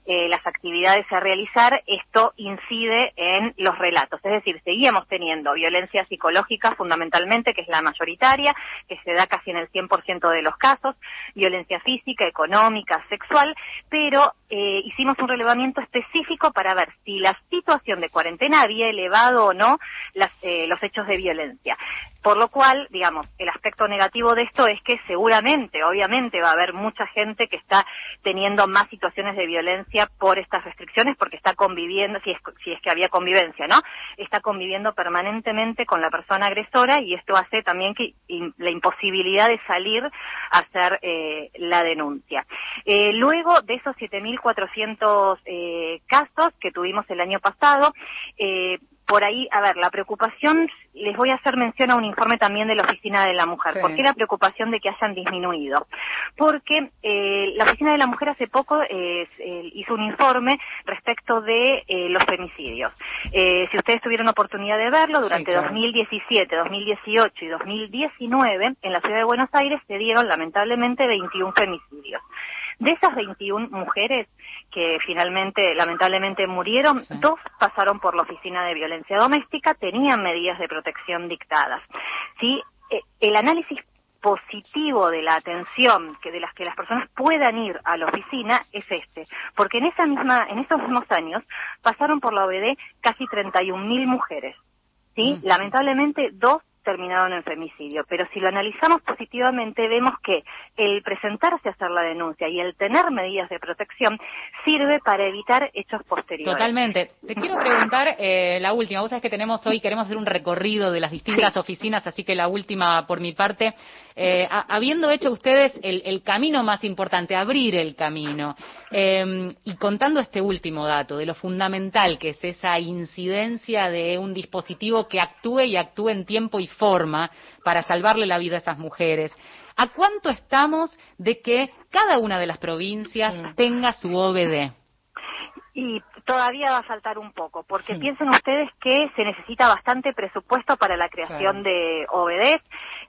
las actividades a realizar, esto incide en los relatos. Es decir, seguíamos teniendo violencia psicológica fundamentalmente, que es la mayoritaria, que se da casi en el 100% de los casos, violencia física, económica, sexual, pero hicimos un relevamiento específico para ver si la situación de cuarentena había elevado o no los hechos de violencia. Por lo cual, digamos, el aspecto negativo de esto es que seguramente, obviamente, va a haber mucha gente que está teniendo más situaciones de violencia por estas restricciones, porque está conviviendo, si es que había convivencia, ¿no? Está conviviendo permanentemente con la persona agresora, y esto hace también que la imposibilidad de salir a hacer la denuncia. Luego de esos 7.400 casos que tuvimos el año pasado, por ahí, a ver, la preocupación, les voy a hacer mención a un informe también de la Oficina de la Mujer. Sí. ¿Por qué la preocupación de que hayan disminuido? Porque la Oficina de la Mujer hace poco hizo un informe respecto de los femicidios. Si ustedes tuvieron oportunidad de verlo, durante 2017, 2018 y 2019, en la Ciudad de Buenos Aires se dieron lamentablemente 21 femicidios. De esas 21 mujeres que finalmente, lamentablemente, murieron, 2 pasaron por la Oficina de Violencia Doméstica, tenían medidas de protección dictadas. ¿Sí? El análisis positivo de la atención de las que las personas puedan ir a la oficina es porque en esos mismos años pasaron por la OVD casi 31.000 mujeres. ¿Sí? Lamentablemente, 2 terminaron en femicidio, pero si lo analizamos positivamente vemos que el presentarse a hacer la denuncia y el tener medidas de protección sirve para evitar hechos posteriores. Totalmente. Te quiero preguntar la última. Vos sabés que tenemos hoy, queremos hacer un recorrido de las distintas oficinas, así que la última por mi parte. Habiendo hecho ustedes el camino más importante, abrir el camino, y contando este último dato de lo fundamental que es esa incidencia de un dispositivo que actúe en tiempo y forma para salvarle la vida a esas mujeres, ¿a cuánto estamos de que cada una de las provincias tenga su OVD? Y todavía va a faltar un poco, porque piensen ustedes que se necesita bastante presupuesto para la creación de OVDs.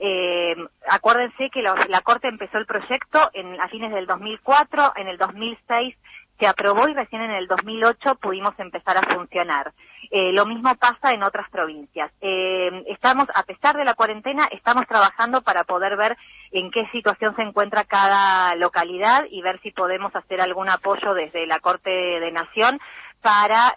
Acuérdense que la Corte empezó el proyecto a fines del 2004, en el 2006 se aprobó y recién en el 2008 pudimos empezar a funcionar. Lo mismo pasa en otras provincias. A pesar de la cuarentena, estamos trabajando para poder ver en qué situación se encuentra cada localidad y ver si podemos hacer algún apoyo desde la Corte de Nación para,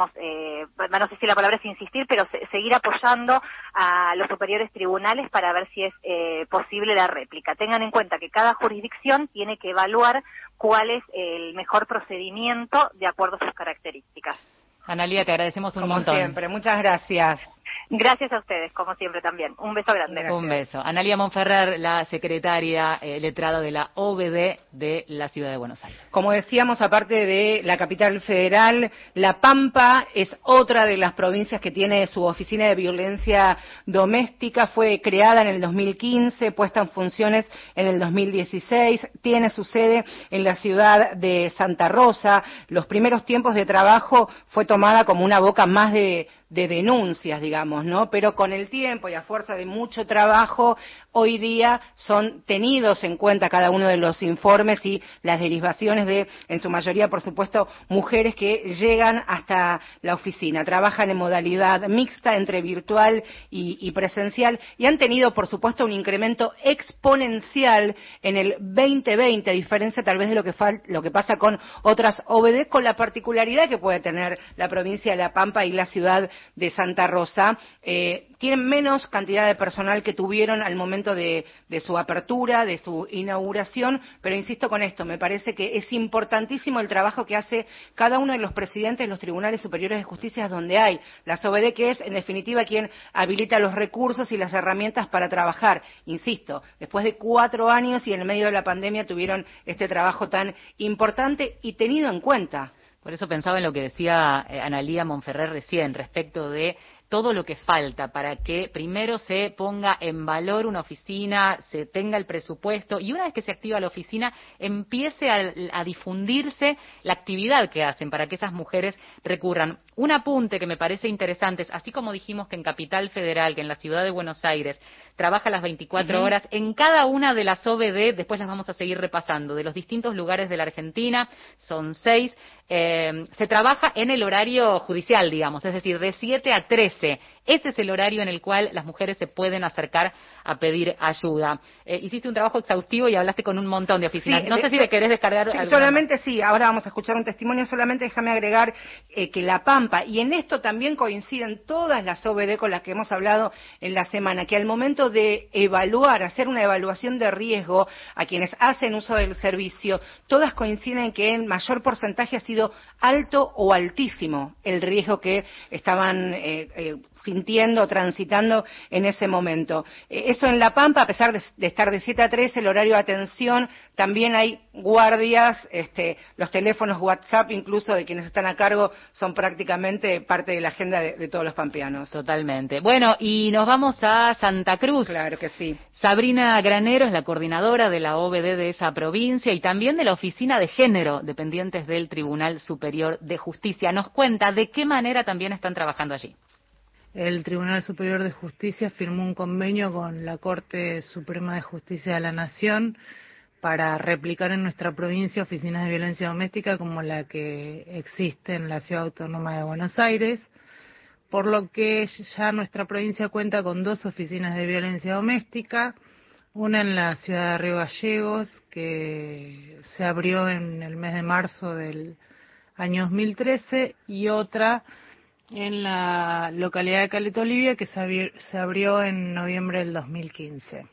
no sé si la palabra es insistir, pero seguir apoyando a los superiores tribunales para ver si es posible la réplica. Tengan en cuenta que cada jurisdicción tiene que evaluar cuál es el mejor procedimiento de acuerdo a sus características. Analía, te agradecemos un montón. Como siempre, muchas gracias. Gracias a ustedes, como siempre también. Un beso grande. Gracias. Un beso. Analía Monferrer, la secretaria letrada de la OVD de la Ciudad de Buenos Aires. Como decíamos, aparte de la capital federal, La Pampa es otra de las provincias que tiene su oficina de violencia doméstica. Fue creada en el 2015, puesta en funciones en el 2016. Tiene su sede en la ciudad de Santa Rosa. Los primeros tiempos de trabajo fue tomada como una boca más de denuncias, digamos, ¿no? Pero con el tiempo y a fuerza de mucho trabajo, hoy día son tenidos en cuenta cada uno de los informes y las derivaciones de, en su mayoría, por supuesto, mujeres que llegan hasta la oficina. Trabajan en modalidad mixta entre virtual y presencial y han tenido, por supuesto, un incremento exponencial en el 2020, a diferencia tal vez de lo que pasa con otras OVD, con la particularidad que puede tener la provincia de La Pampa y la ciudad de Santa Rosa. Tienen menos cantidad de personal que tuvieron al momento de su apertura, de su inauguración, pero insisto con esto, me parece que es importantísimo el trabajo que hace cada uno de los presidentes de los tribunales superiores de justicia donde hay las OVD, que es en definitiva quien habilita los recursos y las herramientas para trabajar. Insisto, después de 4 años y en el medio de la pandemia tuvieron este trabajo tan importante y tenido en cuenta. Por eso pensaba en lo que decía Analía Monferrer recién, respecto de todo lo que falta para que primero se ponga en valor una oficina, se tenga el presupuesto y una vez que se activa la oficina empiece a difundirse la actividad que hacen para que esas mujeres recurran. Un apunte que me parece interesante es, así como dijimos que en Capital Federal, que en la ciudad de Buenos Aires trabaja las 24 horas, en cada una de las OBD, después las vamos a seguir repasando, de los distintos lugares de la Argentina, son 6, se trabaja en el horario judicial, digamos, es decir, de 7 a 13. Ese es el horario en el cual las mujeres se pueden acercar a pedir ayuda. Hiciste un trabajo exhaustivo y hablaste con un montón de oficinas. Sí, no sé si le querés descargar sí, solamente sí, ahora vamos a escuchar un testimonio, solamente déjame agregar que La Pampa, y en esto también coinciden todas las OBD con las que hemos hablado en la semana, que al momento de evaluar, hacer una evaluación de riesgo a quienes hacen uso del servicio, todas coinciden que en mayor porcentaje ha sido alto o altísimo el riesgo que estaban sintiendo, transitando en ese momento. Eso en La Pampa, a pesar de estar de 7 a 3, el horario de atención, también hay guardias, los teléfonos WhatsApp incluso de quienes están a cargo son prácticamente parte de la agenda de todos los pampeanos. Totalmente. Bueno, y nos vamos a Santa Cruz. Claro que sí. Sabrina Granero es la coordinadora de la OBD de esa provincia y también de la Oficina de Género, dependientes del Tribunal Superior de Justicia. Nos cuenta de qué manera también están trabajando allí. El Tribunal Superior de Justicia firmó un convenio con la Corte Suprema de Justicia de la Nación para replicar en nuestra provincia oficinas de violencia doméstica como la que existe en la Ciudad Autónoma de Buenos Aires, por lo que ya nuestra provincia cuenta con 2 oficinas de violencia doméstica, una en la ciudad de Río Gallegos, que se abrió en el mes de marzo del año 2013, y otra en la localidad de Caleta Olivia, que se abrió en noviembre del 2015.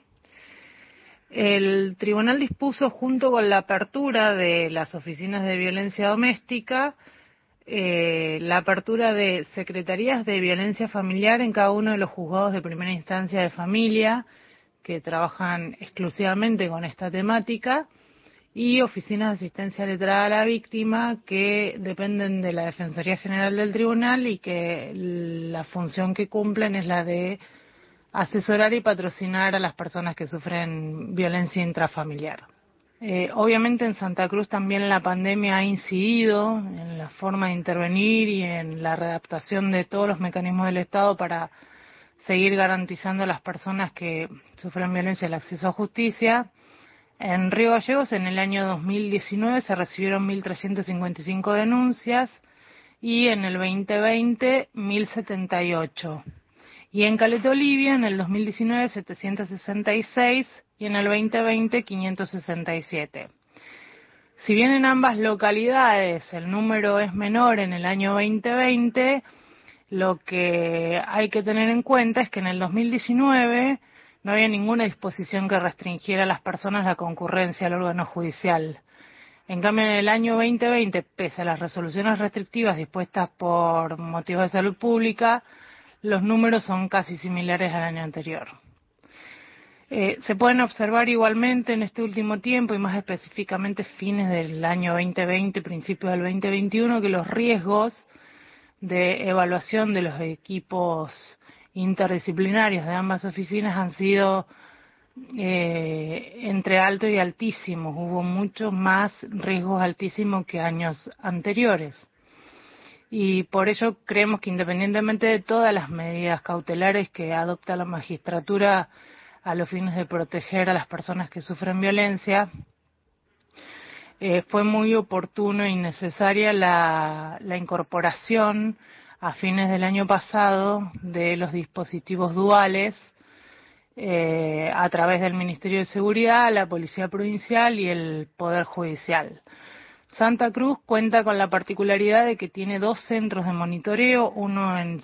El tribunal dispuso, junto con la apertura de las oficinas de violencia doméstica, la apertura de secretarías de violencia familiar en cada uno de los juzgados de primera instancia de familia, que trabajan exclusivamente con esta temática, y oficinas de asistencia letrada a la víctima que dependen de la Defensoría General del Tribunal y que la función que cumplen es la de asesorar y patrocinar a las personas que sufren violencia intrafamiliar. Obviamente en Santa Cruz también la pandemia ha incidido en la forma de intervenir y en la readaptación de todos los mecanismos del Estado para seguir garantizando a las personas que sufren violencia el acceso a justicia. En Río Gallegos, en el año 2019, se recibieron 1.355 denuncias y en el 2020, 1.078. Y en Caleta Olivia, en el 2019, 766 y en el 2020, 567. Si bien en ambas localidades el número es menor en el año 2020, lo que hay que tener en cuenta es que en el 2019 no había ninguna disposición que restringiera a las personas la concurrencia al órgano judicial. En cambio, en el año 2020, pese a las resoluciones restrictivas dispuestas por motivos de salud pública, los números son casi similares al año anterior. Se pueden observar igualmente en este último tiempo, y más específicamente fines del año 2020, principios del 2021, que los riesgos de evaluación de los equipos interdisciplinarios de ambas oficinas han sido entre alto y altísimos. Hubo muchos más riesgos altísimos que años anteriores. Y por ello creemos que independientemente de todas las medidas cautelares que adopta la magistratura a los fines de proteger a las personas que sufren violencia, fue muy oportuno y necesaria la incorporación a fines del año pasado de los dispositivos duales a través del Ministerio de Seguridad, la Policía Provincial y el Poder Judicial. Santa Cruz cuenta con la particularidad de que tiene 2 centros de monitoreo, uno en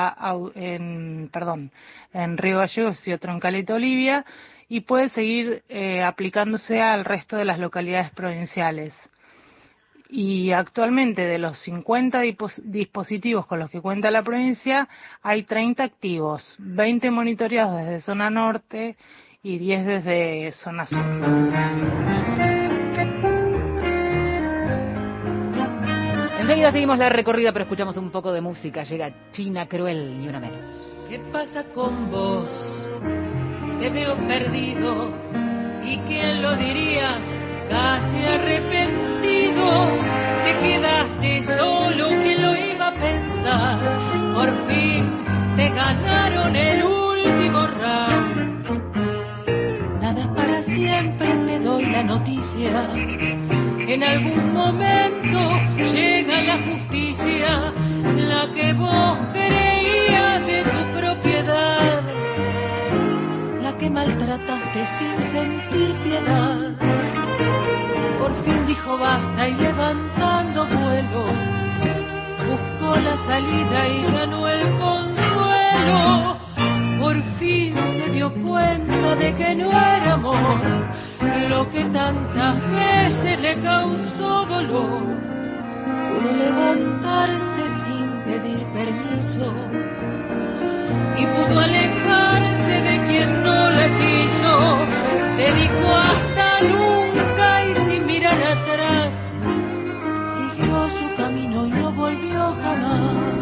Río Gallegos y otro en Caleta Olivia, y puede seguir aplicándose al resto de las localidades provinciales. Y actualmente de los 50 dispositivos con los que cuenta la provincia, hay 30 activos, 20 monitoreados desde zona norte y 10 desde zona sur. En Enseguida seguimos la recorrida, pero escuchamos un poco de música. Llega China Cruel, ni una menos. ¿Qué pasa con vos? Te veo perdido, y quién lo diría, casi arrepentido. Te quedaste solo, ¿quién lo iba a pensar? Por fin te ganaron el último round. Nada es para siempre, te doy la noticia. En algún momento llega la justicia, la que vos creías de tu propiedad, la que maltrataste sin sentir piedad. Por fin dijo basta y levantando vuelo, buscó la salida y ya no el consuelo. Por fin se dio cuenta de que no era amor lo que tantas veces le causó dolor. Pudo levantarse sin pedir permiso y pudo alejarse de quien no le quiso. Te dijo hasta nunca y sin mirar atrás siguió su camino y no volvió jamás.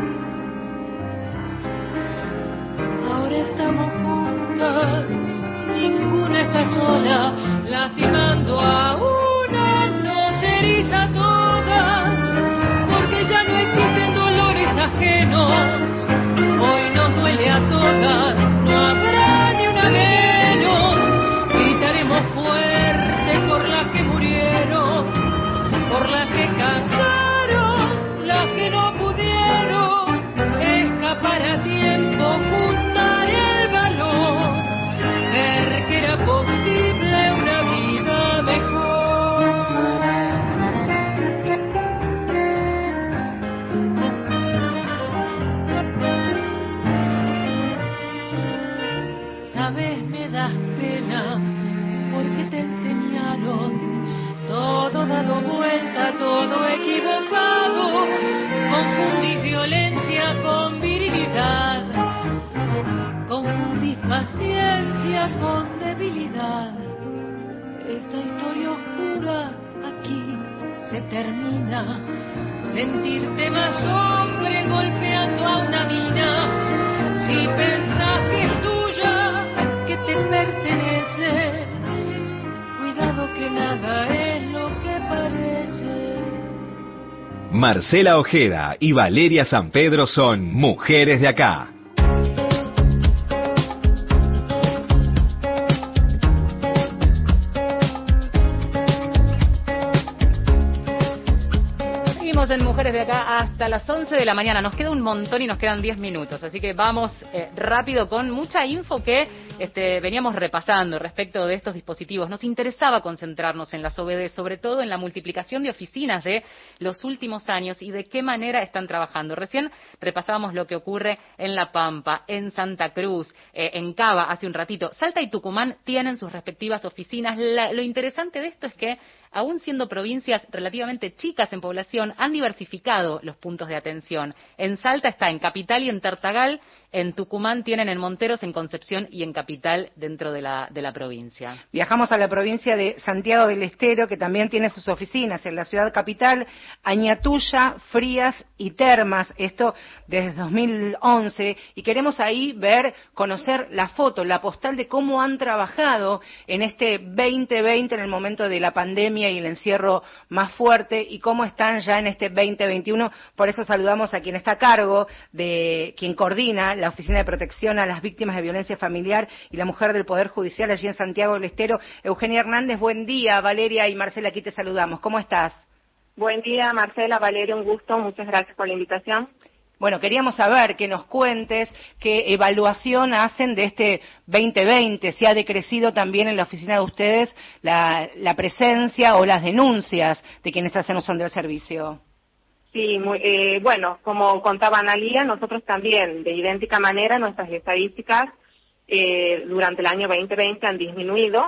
Ahora estamos juntas, ninguna está sola, lastimando a una nos eriza a todas, porque ya no existen dolores ajenos, hoy nos duele a todas, no habrá ni una menos, gritaremos fuerte por las que murieron, por las que callaron, las que no pudieron escapar a tiempo, juntar el valor, ver que era posible una vida mejor. Sabes, me das pena porque te enseñaron todo dado vuelta, todo equivocado. Confundís violencia con virilidad, confundís paciencia con debilidad. Esta historia oscura aquí se termina. Sentirte más hombre golpeando a una mina. Si pensás que es tuya, que te pertenece, cuidado que nada es lo que parece. Marcela Ojeda y Valeria San Pedro son Mujeres de Acá. En Mujeres de Acá hasta las 11 de la mañana. Nos queda un montón y nos quedan 10 minutos, así que vamos rápido con mucha info que veníamos repasando respecto de estos dispositivos. Nos interesaba concentrarnos en las OBD, sobre todo en la multiplicación de oficinas de los últimos años y de qué manera están trabajando. Recién repasábamos lo que ocurre en La Pampa, en Santa Cruz, en Cava hace un ratito. Salta y Tucumán tienen sus respectivas oficinas. Lo interesante de esto es que, aún siendo provincias relativamente chicas en población, han diversificado los puntos de atención. En Salta está en Capital y en Tartagal, en Tucumán tienen en Monteros, en Concepción y en Capital dentro de la provincia. Viajamos a la provincia de Santiago del Estero, que también tiene sus oficinas en la ciudad capital, Añatuya, Frías y Termas, esto desde 2011, y queremos ahí conocer la foto, la postal de cómo han trabajado en este 2020, en el momento de la pandemia y el encierro más fuerte, y cómo están ya en este 2021. Por eso saludamos a quien está a cargo de quien coordina la Oficina de Protección a las Víctimas de Violencia Familiar y la Mujer del Poder Judicial allí en Santiago del Estero. Eugenia Hernández, buen día. Valeria y Marcela, aquí te saludamos. ¿Cómo estás? Buen día, Marcela, Valeria, un gusto. Muchas gracias por la invitación. Bueno, queríamos saber que nos cuentes qué evaluación hacen de este 2020, si ha decrecido también en la oficina de ustedes la presencia o las denuncias de quienes hacen uso del servicio. Sí, bueno, como contaba Analía, nosotros también, de idéntica manera, nuestras estadísticas durante el año 2020 han disminuido.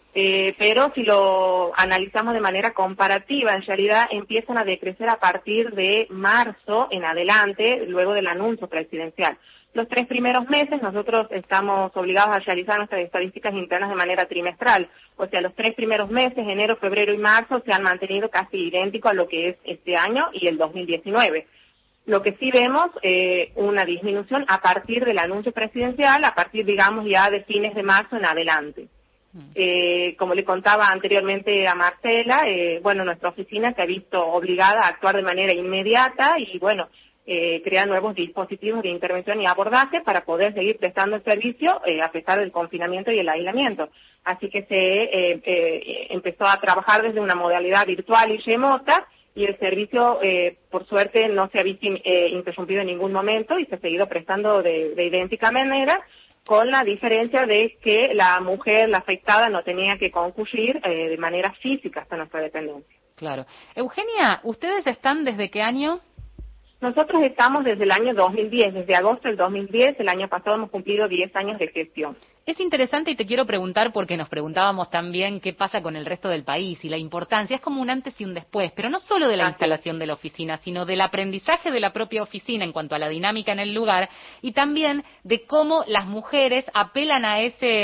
pero si lo analizamos de manera comparativa, en realidad empiezan a decrecer a partir de marzo en adelante, luego del anuncio presidencial. Los 3 primeros meses nosotros estamos obligados a realizar nuestras estadísticas internas de manera trimestral, o sea, los 3 primeros meses, enero, febrero y marzo, se han mantenido casi idénticos a lo que es este año y el 2019. Lo que sí vemos, una disminución a partir del anuncio presidencial, a partir, digamos, ya de fines de marzo en adelante. Como le contaba anteriormente a Marcela, bueno, nuestra oficina se ha visto obligada a actuar de manera inmediata y, bueno, crear nuevos dispositivos de intervención y abordaje para poder seguir prestando el servicio a pesar del confinamiento y el aislamiento. Así que se empezó a trabajar desde una modalidad virtual y remota y el servicio, por suerte, no se ha visto interrumpido en ningún momento y se ha seguido prestando de idéntica manera, con la diferencia de que la mujer, la afectada, no tenía que concurrir de manera física hasta nuestra dependencia. Claro. Eugenia, ¿ustedes están desde qué año? Nosotros estamos desde el año 2010, desde agosto del 2010, el año pasado hemos cumplido 10 años de gestión. Es interesante y te quiero preguntar porque nos preguntábamos también qué pasa con el resto del país y la importancia, es como un antes y un después, pero no solo de la instalación de la oficina, sino del aprendizaje de la propia oficina en cuanto a la dinámica en el lugar y también de cómo las mujeres apelan a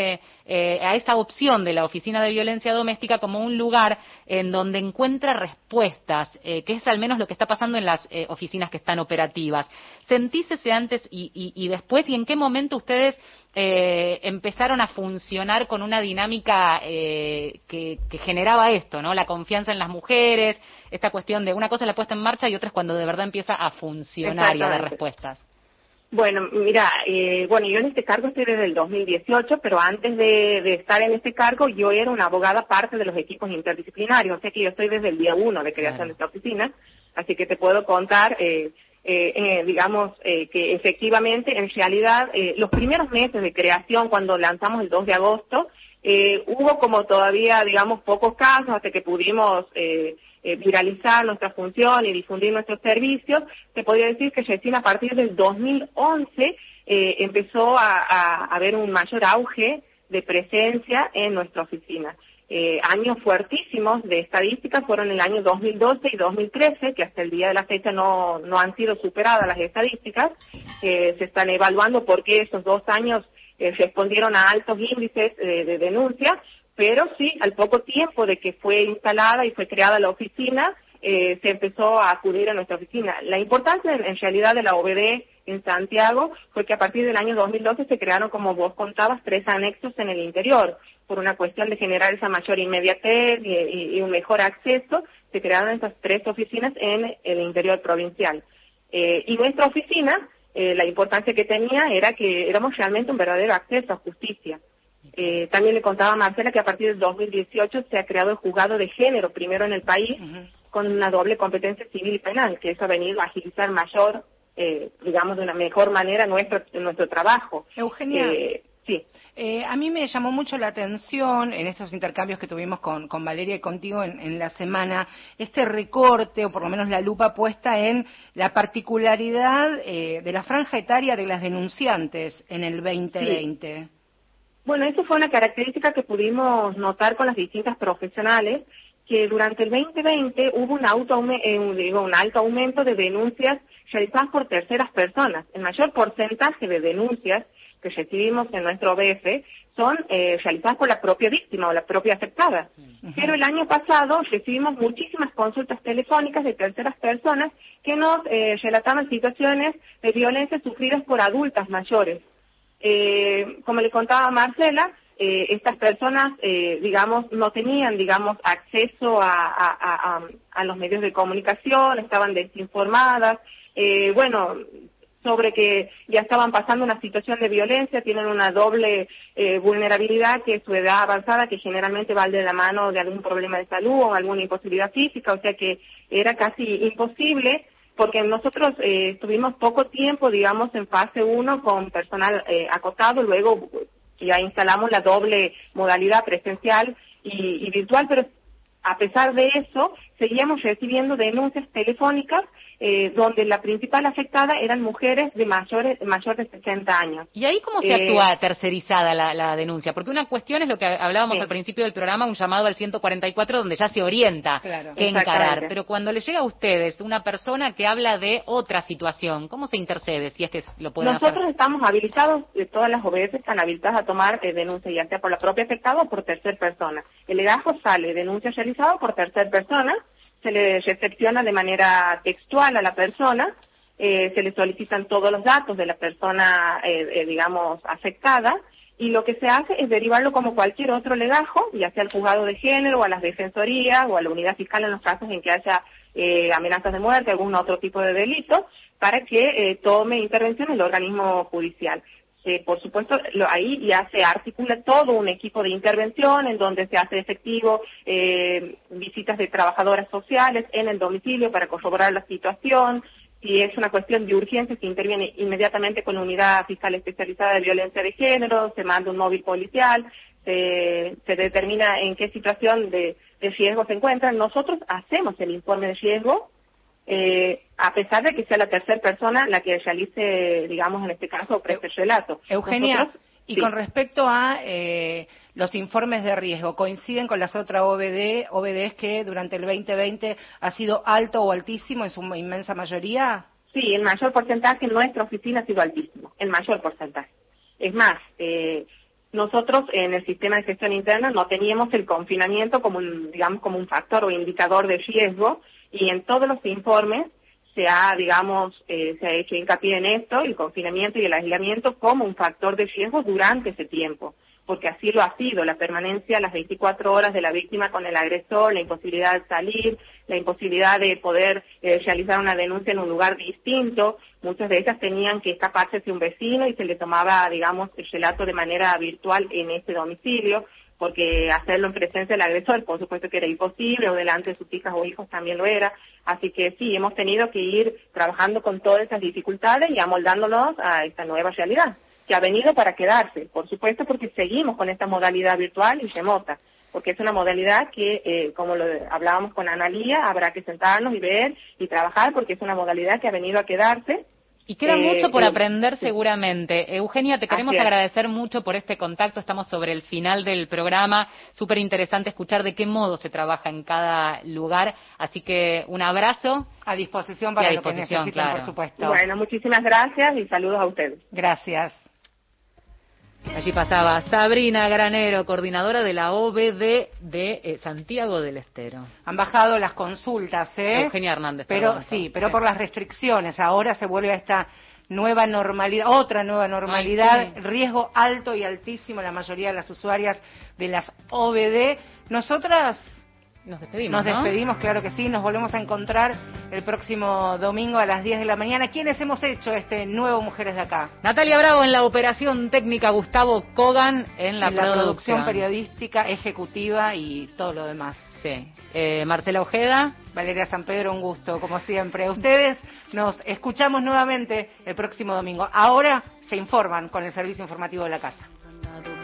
esa opción de la oficina de violencia doméstica como un lugar en donde encuentra respuestas, que es al menos lo que está pasando en las oficinas que están operativas. ¿Sentís ese antes y después? ¿Y en qué momento ustedes empezaron a funcionar con una dinámica que generaba esto, ¿no? La confianza en las mujeres, esta cuestión de una cosa es la puesta en marcha y otra es cuando de verdad empieza a funcionar y a dar respuestas. Bueno, mira, yo en este cargo estoy desde el 2018, pero antes de estar en este cargo yo era una abogada parte de los equipos interdisciplinarios, o sea que yo estoy desde el día 1 de creación de esta oficina, así que te puedo contar, digamos, que efectivamente, en realidad, los primeros meses de creación, cuando lanzamos el 2 de agosto, hubo como todavía, digamos, pocos casos hasta que pudimos viralizar nuestra función y difundir nuestros servicios. Se podría decir que recién a partir del 2011 empezó a haber un mayor auge de presencia en nuestra oficina. Años fuertísimos de estadísticas fueron el año 2012 y 2013, que hasta el día de la fecha no han sido superadas las estadísticas. Se están evaluando por qué esos 2 años respondieron a altos índices de denuncia, pero sí, al poco tiempo de que fue instalada y fue creada la oficina, se empezó a acudir a nuestra oficina. La importancia en realidad de la OVD en Santiago fue que a partir del año 2012 se crearon, como vos contabas, 3 anexos en el interior. Por una cuestión de generar esa mayor inmediatez y un mejor acceso, se crearon estas 3 oficinas en el interior provincial. Y nuestra oficina, la importancia que tenía era que éramos realmente un verdadero acceso a justicia. También le contaba a Marcela que a partir del 2018 se ha creado el juzgado de género, primero en el país, con una doble competencia civil y penal, que eso ha venido a agilizar mayor, digamos, de una mejor manera nuestro trabajo. Eugenia, sí. A mí me llamó mucho la atención en estos intercambios que tuvimos con Valeria y contigo en la semana, este recorte, o por lo menos la lupa puesta en la particularidad de la franja etaria de las denunciantes en el 2020. Sí. Bueno, eso fue una característica que pudimos notar con las distintas profesionales, que durante el 2020 hubo un alto aumento de denuncias realizadas por terceras personas. El mayor porcentaje de denuncias que recibimos en nuestro OBF son realizadas por la propia víctima o la propia afectada. Pero el año pasado recibimos muchísimas consultas telefónicas de terceras personas que nos relataban situaciones de violencia sufridas por adultas mayores. Como le contaba a Marcela, estas personas, digamos, no tenían, digamos, acceso a los medios de comunicación, estaban desinformadas, sobre que ya estaban pasando una situación de violencia, tienen una doble vulnerabilidad, que es su edad avanzada, que generalmente va de la mano de algún problema de salud o alguna imposibilidad física, o sea que era casi imposible, porque nosotros estuvimos poco tiempo, digamos, en fase 1 con personal acotado, luego ya instalamos la doble modalidad presencial y virtual, pero a pesar de eso, seguíamos recibiendo denuncias telefónicas donde la principal afectada eran mujeres de mayor de 60 años. ¿Y ahí cómo se actúa tercerizada la denuncia? Porque una cuestión es lo que hablábamos al principio del programa, un llamado al 144 donde ya se orienta qué encarar. Pero cuando le llega a ustedes una persona que habla de otra situación, ¿cómo se intercede si es que lo pueden hacer? Nosotros estamos habilitados, todas las OBS están habilitadas a tomar denuncias, ya sea por la propia afectada o por tercer persona. El legajo sale denuncia realizada por tercer persona, se le recepciona de manera textual a la persona, se le solicitan todos los datos de la persona, digamos, afectada, y lo que se hace es derivarlo como cualquier otro legajo, ya sea al juzgado de género, o a las defensorías, o a la unidad fiscal en los casos en que haya amenazas de muerte, algún otro tipo de delito, para que tome intervención el organismo judicial. Por supuesto, ahí ya se articula todo un equipo de intervención en donde se hace efectivo visitas de trabajadoras sociales en el domicilio para corroborar la situación. Si es una cuestión de urgencia, se interviene inmediatamente con la unidad fiscal especializada de violencia de género, se manda un móvil policial, se determina en qué situación de riesgo se encuentran. Nosotros hacemos el informe de riesgo, a pesar de que sea la tercera persona la que realice, digamos, en este caso, preste relato. Eugenia, nosotros, y con respecto a los informes de riesgo, ¿coinciden con las otras OBDs que durante el 2020 ha sido alto o altísimo en su inmensa mayoría? Sí, el mayor porcentaje en nuestra oficina ha sido altísimo, el mayor porcentaje. Es más, nosotros en el sistema de gestión interna no teníamos el confinamiento como un factor o indicador de riesgo, y en todos los informes se ha hecho hincapié en esto, el confinamiento y el aislamiento como un factor de riesgo durante ese tiempo, porque así lo ha sido, la permanencia las 24 horas de la víctima con el agresor, la imposibilidad de salir, la imposibilidad de poder realizar una denuncia en un lugar distinto. Muchas de ellas tenían que escaparse de un vecino y se le tomaba, digamos, el relato de manera virtual en ese domicilio, porque hacerlo en presencia del agresor, por supuesto que era imposible, o delante de sus hijas o hijos también lo era. Así que sí, hemos tenido que ir trabajando con todas esas dificultades y amoldándonos a esta nueva realidad, que ha venido para quedarse, por supuesto, porque seguimos con esta modalidad virtual y remota, porque es una modalidad que, como lo hablábamos con Analía, habrá que sentarnos y ver y trabajar, porque es una modalidad que ha venido a quedarse. Y queda mucho por aprender seguramente. Eugenia, te queremos agradecer mucho por este contacto. Estamos sobre el final del programa. Súper interesante escuchar de qué modo se trabaja en cada lugar. Así que un abrazo. A disposición para lo que necesiten, por supuesto. Bueno, muchísimas gracias y saludos a ustedes. Gracias. Allí pasaba Sabrina Granero, coordinadora de la OBD de Santiago del Estero. Han bajado las consultas, Eugenia Hernández. Pero por las restricciones. Ahora se vuelve a esta nueva normalidad, otra nueva normalidad, riesgo alto y altísimo en la mayoría de las usuarias de las OBD. Nosotras nos despedimos, claro que sí. Nos volvemos a encontrar el próximo domingo a las 10 de la mañana. ¿Quiénes hemos hecho este nuevo Mujeres de Acá? Natalia Bravo en la operación técnica, Gustavo Kogan en la producción periodística, ejecutiva y todo lo demás. Sí. Marcela Ojeda. Valeria San Pedro, un gusto, como siempre. Ustedes nos escuchamos nuevamente el próximo domingo. Ahora se informan con el servicio informativo de la casa.